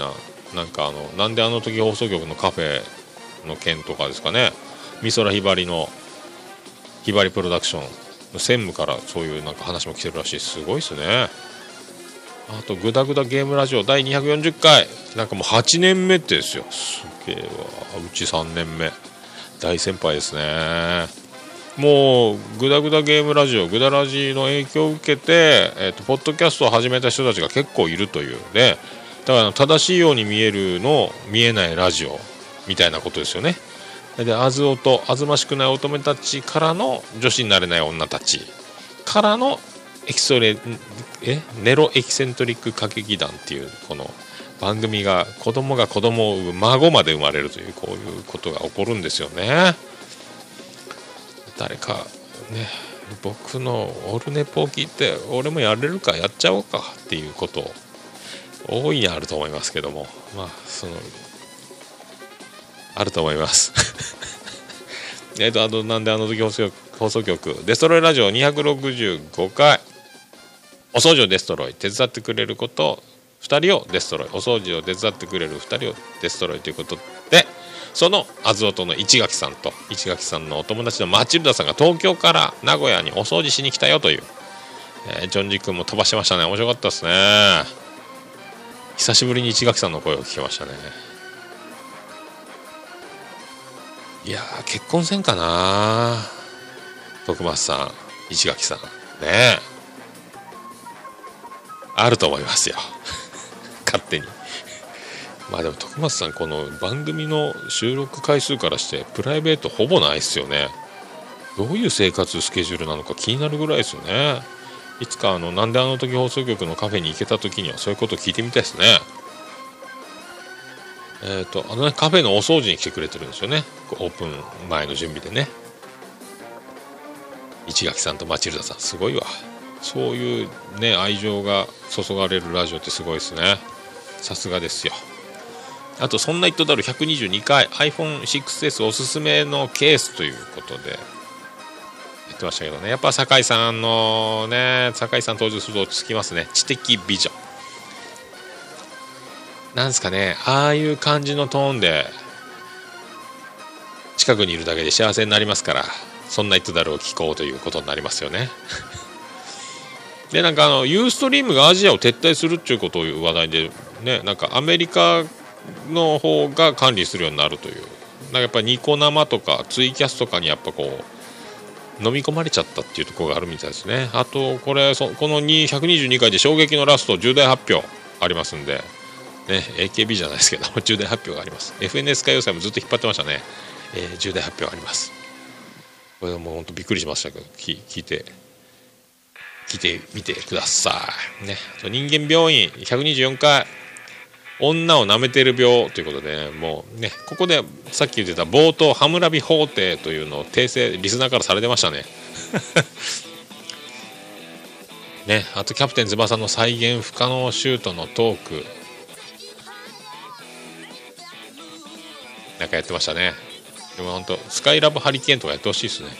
S3: なんかあのなんであの時放送局のカフェの件とかですかね、美空ひばりのひばりプロダクションの専務からそういうなんか話も来てるらしい。すごいですね。あとグダグダゲームラジオだいにひゃくよんじゅっかい、なんかもうはちねんめってですよ。すげえわ、うちさんねんめ、大先輩ですね。もうグダグダゲームラジオ、グダラジの影響を受けて、えーと、ポッドキャストを始めた人たちが結構いるというで、だから正しいように見えるの見えないラジオみたいなことですよね。であずおとあずましくない乙女たちからの女子になれない女たちからのエキソレえネロエキセントリック歌劇団っていうこの番組が、子供が子供を産む、孫まで生まれるという、こういうことが起こるんですよね。誰かね、僕のオルネポを聞いて俺もやれるかやっちゃおうかっていうこと大いにあると思いますけども、まあそのあると思いますえっとあとなんであの時放送局、放送局デストロイラジオにひゃくろくじゅうごかい、お掃除をデストロイ、手伝ってくれることふたりをデストロイ、お掃除を手伝ってくれるふたりをデストロイということで、そのあずおとの市垣さんと市垣さんのお友達のマチルダさんが東京から名古屋にお掃除しに来たよという、えー、ジョンジ君も飛ばしてましたね。面白かったですね。久しぶりに市垣さんの声を聞きましたね。いやー、結婚せんかな、徳松さん市垣さんね。あると思いますよ勝手に。まあでも徳松さん、この番組の収録回数からしてプライベートほぼないですよね。どういう生活スケジュールなのか気になるぐらいですよね。いつかあのなんであの時放送局のカフェに行けた時にはそういうことを聞いてみたいですね。えっとあのね、カフェのお掃除に来てくれてるんですよね、オープン前の準備でね。市垣さんとマチルダさんすごいわ。そういうね愛情が注がれるラジオってすごいですね。さすがですよ。あとそんな糸だるひゃくにじゅうにかい アイフォンシックスエス おすすめのケースということでやってましたけどね。やっぱ酒井さんのね、酒井さん登場すると落ち着きますね。知的美女なんですかね、ああいう感じのトーンで近くにいるだけで幸せになりますから、そんな糸だるを聞こうということになりますよねでなんかあのユーストリームがアジアを撤退するっていうことを話題でね、なんかアメリカの方が管理するようになるという、なんかやっぱりニコ生とかツイキャスとかにやっぱこう飲み込まれちゃったっていうところがあるみたいですね。あとこれそこのひゃくにじゅうにかいで衝撃のラスト重大発表ありますんでね、エーケービー じゃないですけど重大発表があります。 エフエヌエス 歌謡祭もずっと引っ張ってましたね、えー、重大発表あります。これもう本当びっくりしましたけど、聞いて聞いてみてくださいね。人間病院ひゃくにじゅうよんかい女を舐めてる病ということで、ね、もうねここでさっき言ってた冒頭ハムラビ法廷というのを訂正リスナーからされてましたねね、あとキャプテン翼の再現不可能シュートのトークなんかやってましたね。でも本当スカイラブハリケーンとかやってほしいですね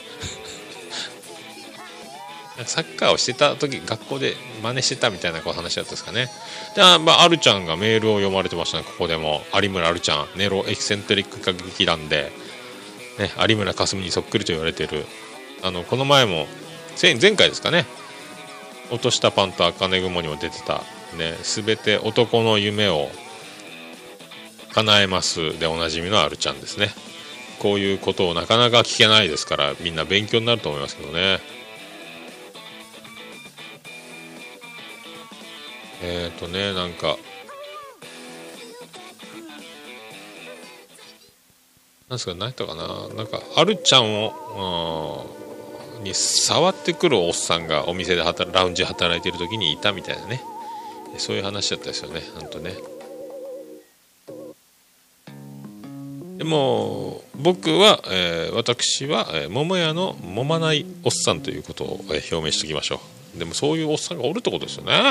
S3: サッカーをしてた時学校で真似してたみたいなこう話だったんですかね。で、まあ、アルちゃんがメールを読まれてましたね。ここでも有村アルちゃんネロエキセントリック歌劇団で、ね、有村架純にそっくりと言われているあのこの前も前回ですかね、落としたパンと茜雲にも出てたね、全て男の夢を叶えますでおなじみのアルちゃんですね。こういうことをなかなか聞けないですから、みんな勉強になると思いますけどね。えっとねなんかなんですか、何やったかな、なんかアルちゃんをに触ってくるおっさんがお店で働ラウンジで働いている時にいたみたいなね、そういう話だったですよね。ほんとね。でも僕は、えー、私は、えー、桃屋の揉まないおっさんということを、えー、表明しておきましょう。でもそういうおっさんがおるってことですよね。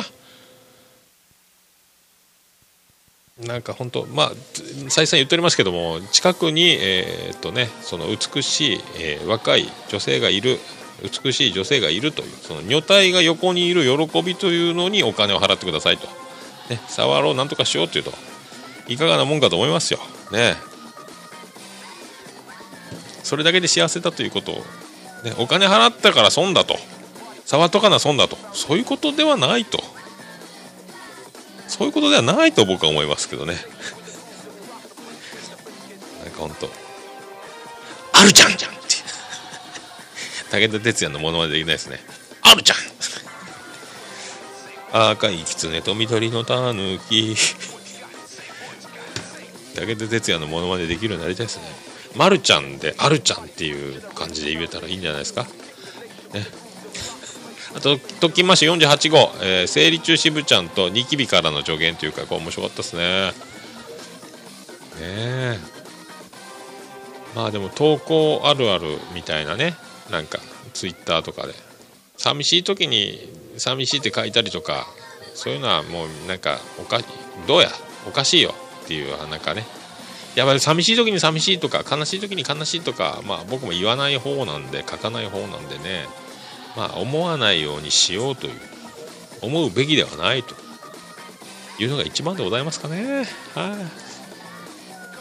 S3: なんか本当まあ再三言っておりますけども、近くに、えーっとね、その美しい、えー、若い女性がいる美しい女性がいるという、その女体が横にいる喜びというのにお金を払ってくださいと、ね、触ろうなんとかしようというと、 いかがなもんかと思いますよね。それだけで幸せだということを、ね、お金払ったから損だと、触っとかな損だと、そういうことではないと、そういうことではないと僕は思いますけどね。なんかほんとあるじゃんじゃんって武田鉄矢のモノマネできないですね。あるじゃん、赤い狐と緑のタヌキ武田鉄矢のモノマネできるようになりたいですね。まるちゃんであるちゃんっていう感じで言えたらいいんじゃないですかね。あとときましてよんじゅうはち号、えー、生理中渋ちゃんとニキビからの助言というか、これ面白かったですね。ねえ、まあでも投稿あるあるみたいなね、なんかツイッターとかで寂しい時に寂しいって書いたりとか、そういうのはもうなんかおかどうやおかしいよっていう、なんかね、やっぱり寂しい時に寂しいとか悲しい時に悲しいとか、まあ僕も言わない方なんで、書かない方なんでね、まあ思わないようにしようという、思うべきではないというのが一番でございますかね。はい、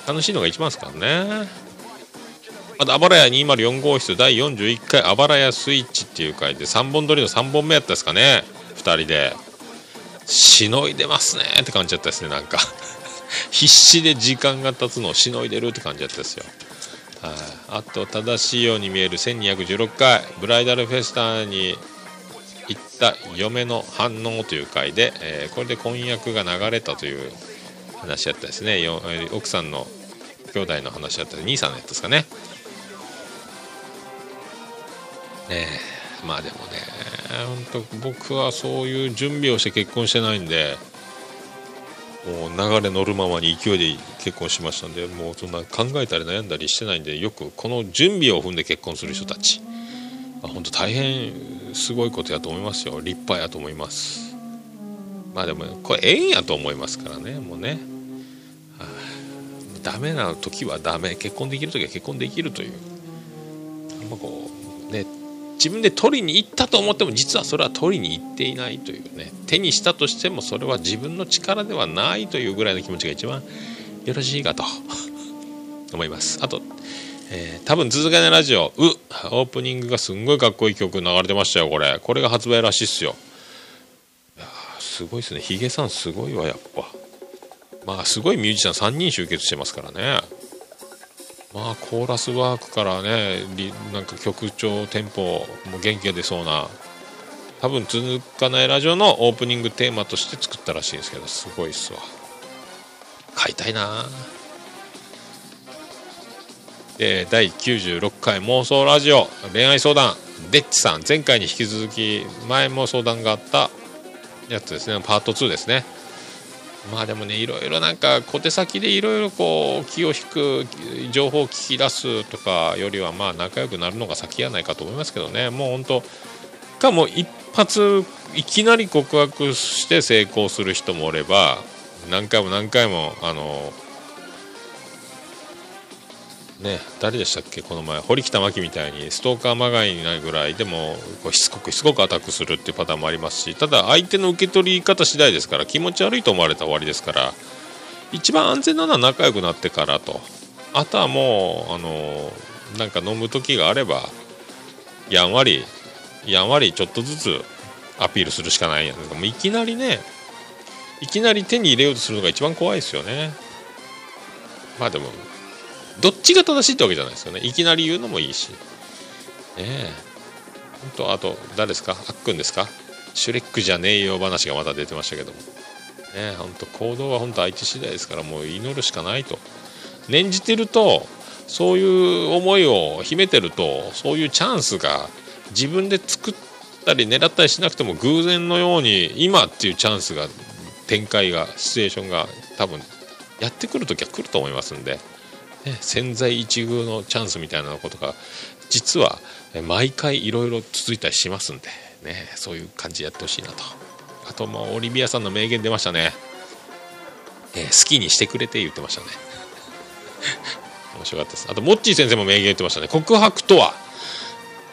S3: 楽しいのが一番ですからね。あとあばらやにひゃくよん号室だいよんじゅういっかいあばらやスイッチっていう回でさんぼん撮りのさんぼんめやったですかね。ふたりでしのいでますねって感じだったですね。なんか必死で時間が経つのをしのいでるって感じだったですよ。はい、あと正しいように見えるせんにひゃくじゅうろっかいブライダルフェスタに行った嫁の反応という回で、えー、これで婚約が流れたという話やったですね。よ奥さんの兄弟の話やったり兄さんのやつですかね。ねえ、まあでもね、本当僕はそういう準備をして結婚してないんで、もう流れ乗るままに勢いで結婚しましたんで、もうそんな考えたり悩んだりしてないんで、よくこの準備を踏んで結婚する人たち、本当大変すごいことやと思いますよ。立派やと思います。まあでもこれ縁やと思いますからね。もうね、はあ、ダメな時はダメ、結婚できる時は結婚できるという、あんまこうね、自分で取りに行ったと思っても実はそれは取りに行っていないというね、手にしたとしてもそれは自分の力ではないというぐらいの気持ちが一番よろしいかと思います。あと、えー、多分続かないラジオうオープニングがすんごいかっこいい曲流れてましたよ。これこれが発売らしいっすよ。いやすごいですね。ヒゲさんすごいわやっぱ。まあすごいミュージシャンさんにん集結してますからね。まあコーラスワークからね、なんか曲調テンポも元気が出そうな、多分続かないラジオのオープニングテーマとして作ったらしいんですけど、すごいっすわ。買いたいな。でだいきゅうじゅうろっかい妄想ラジオ恋愛相談デッチさん、前回に引き続き前も相談があったやつですね、パートツーですね。まあでもね、いろいろなんか小手先でいろいろこう気を引く情報を聞き出すとかよりは、まあ仲良くなるのが先やないかと思いますけどね。もう本当か、もう一発いきなり告白して成功する人もおれば、何回も何回もあのね、誰でしたっけ、この前堀北真希みたいにストーカーまがいになるぐらいでもこうしつこくしつこくアタックするっていうパターンもありますし、ただ相手の受け取り方次第ですから、気持ち悪いと思われたら終わりですから、一番安全なのは仲良くなってからと、あとはもうあのなんか飲む時があればやんわりやんわりちょっとずつアピールするしかないんですが、もういきなりね、いきなり手に入れようとするのが一番怖いですよね。まあでもどっちが正しいってわけじゃないですよね。いきなり言うのもいいしねえ。ほんと、あと誰ですか、あっくんですか、シュレックじゃねえよ話がまた出てましたけどもねえ、ほんと行動はほんと相手次第ですから、もう祈るしかないと。念じてると、そういう思いを秘めてると、そういうチャンスが自分で作ったり狙ったりしなくても偶然のように今っていうチャンスが、展開が、シチュエーションが多分やってくるときは来ると思いますんで、ね、千載一遇のチャンスみたいなことが実は毎回いろいろ続いたりしますんで、ね、そういう感じでやってほしいなと。あともうオリビアさんの名言出ましたね、えー、好きにしてくれて言ってましたね面白かったです。あとモッチー先生も名言言ってましたね。告白とは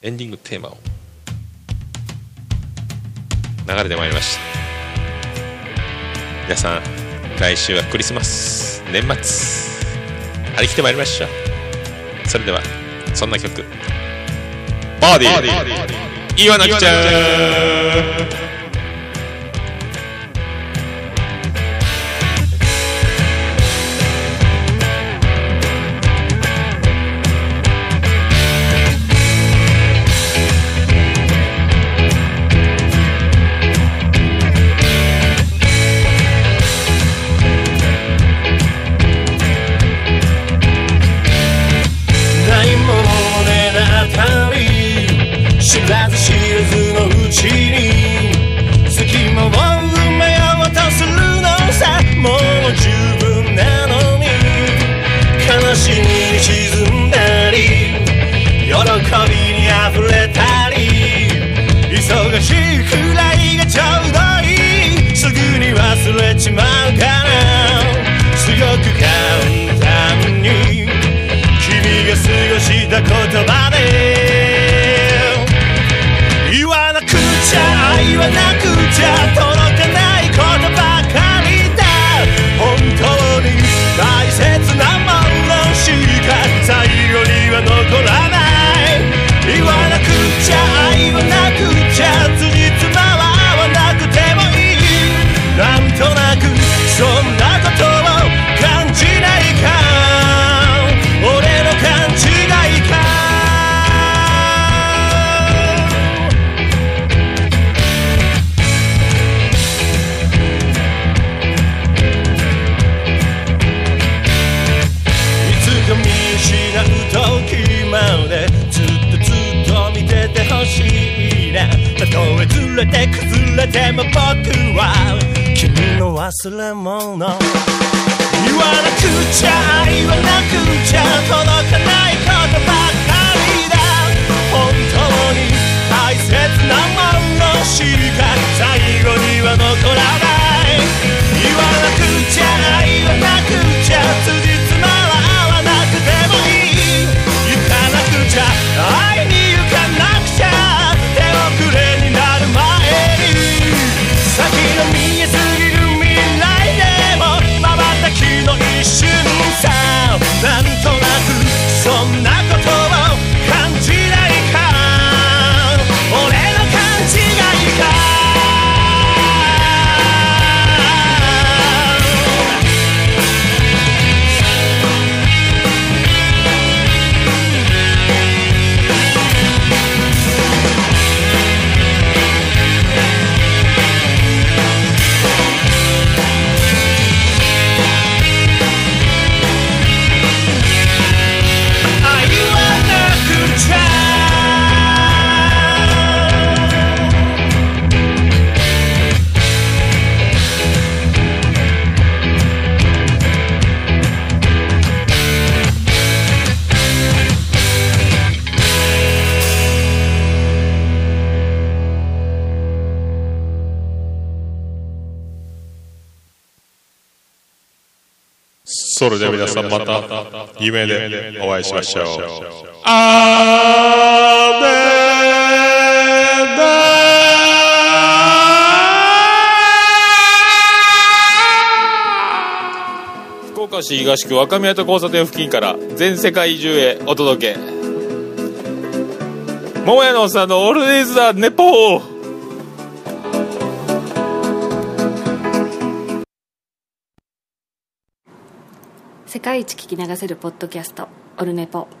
S3: エンディングテーマを流れてまいりました。皆さん来週はクリスマス、年末張り切ってまいりましょう。それではそんな曲バーディー言わなくちゃ
S6: 知らず知らずのうちに隙間を埋めようとするのさ。もう十分なのに悲しみに沈んだり喜びに溢れたり忙しいくらいがちょうどいい。すぐに忘れちまうからすごく簡単に君が過ごした言葉で言わなくちゃ言わなくちゃ届かないことばかりだ。本当に大切なものしか最後には残らない。言わなくちゃ言わなくちゃ辻褄は合わなくてもいい。なんとなくそんなことを感じないか俺の勘違いか。時までずっとずっと見ててほしいな。たとえずれて崩れても僕は君の忘れ物。言わなくちゃ言わなくちゃ届かないことばかりだ。本当に大切なものしか最後には残らない。言わなくちゃ言わなくちゃ辻褄は合わなくてもいい。会いに行かなくちゃ手遅れになる前に先の見えすぎる未来でも瞬きの一瞬さ。なんとなくそんなことを感じないか俺の勘違いか。
S3: それでは皆さんまた夢でお会いしましょう。あーめだ福岡市東区若宮と交差点付近から全世界中へお届け。桃屋のおっさんのオールディーズだネポー。
S2: 世界一聞き流せるポッドキャストオルネポ。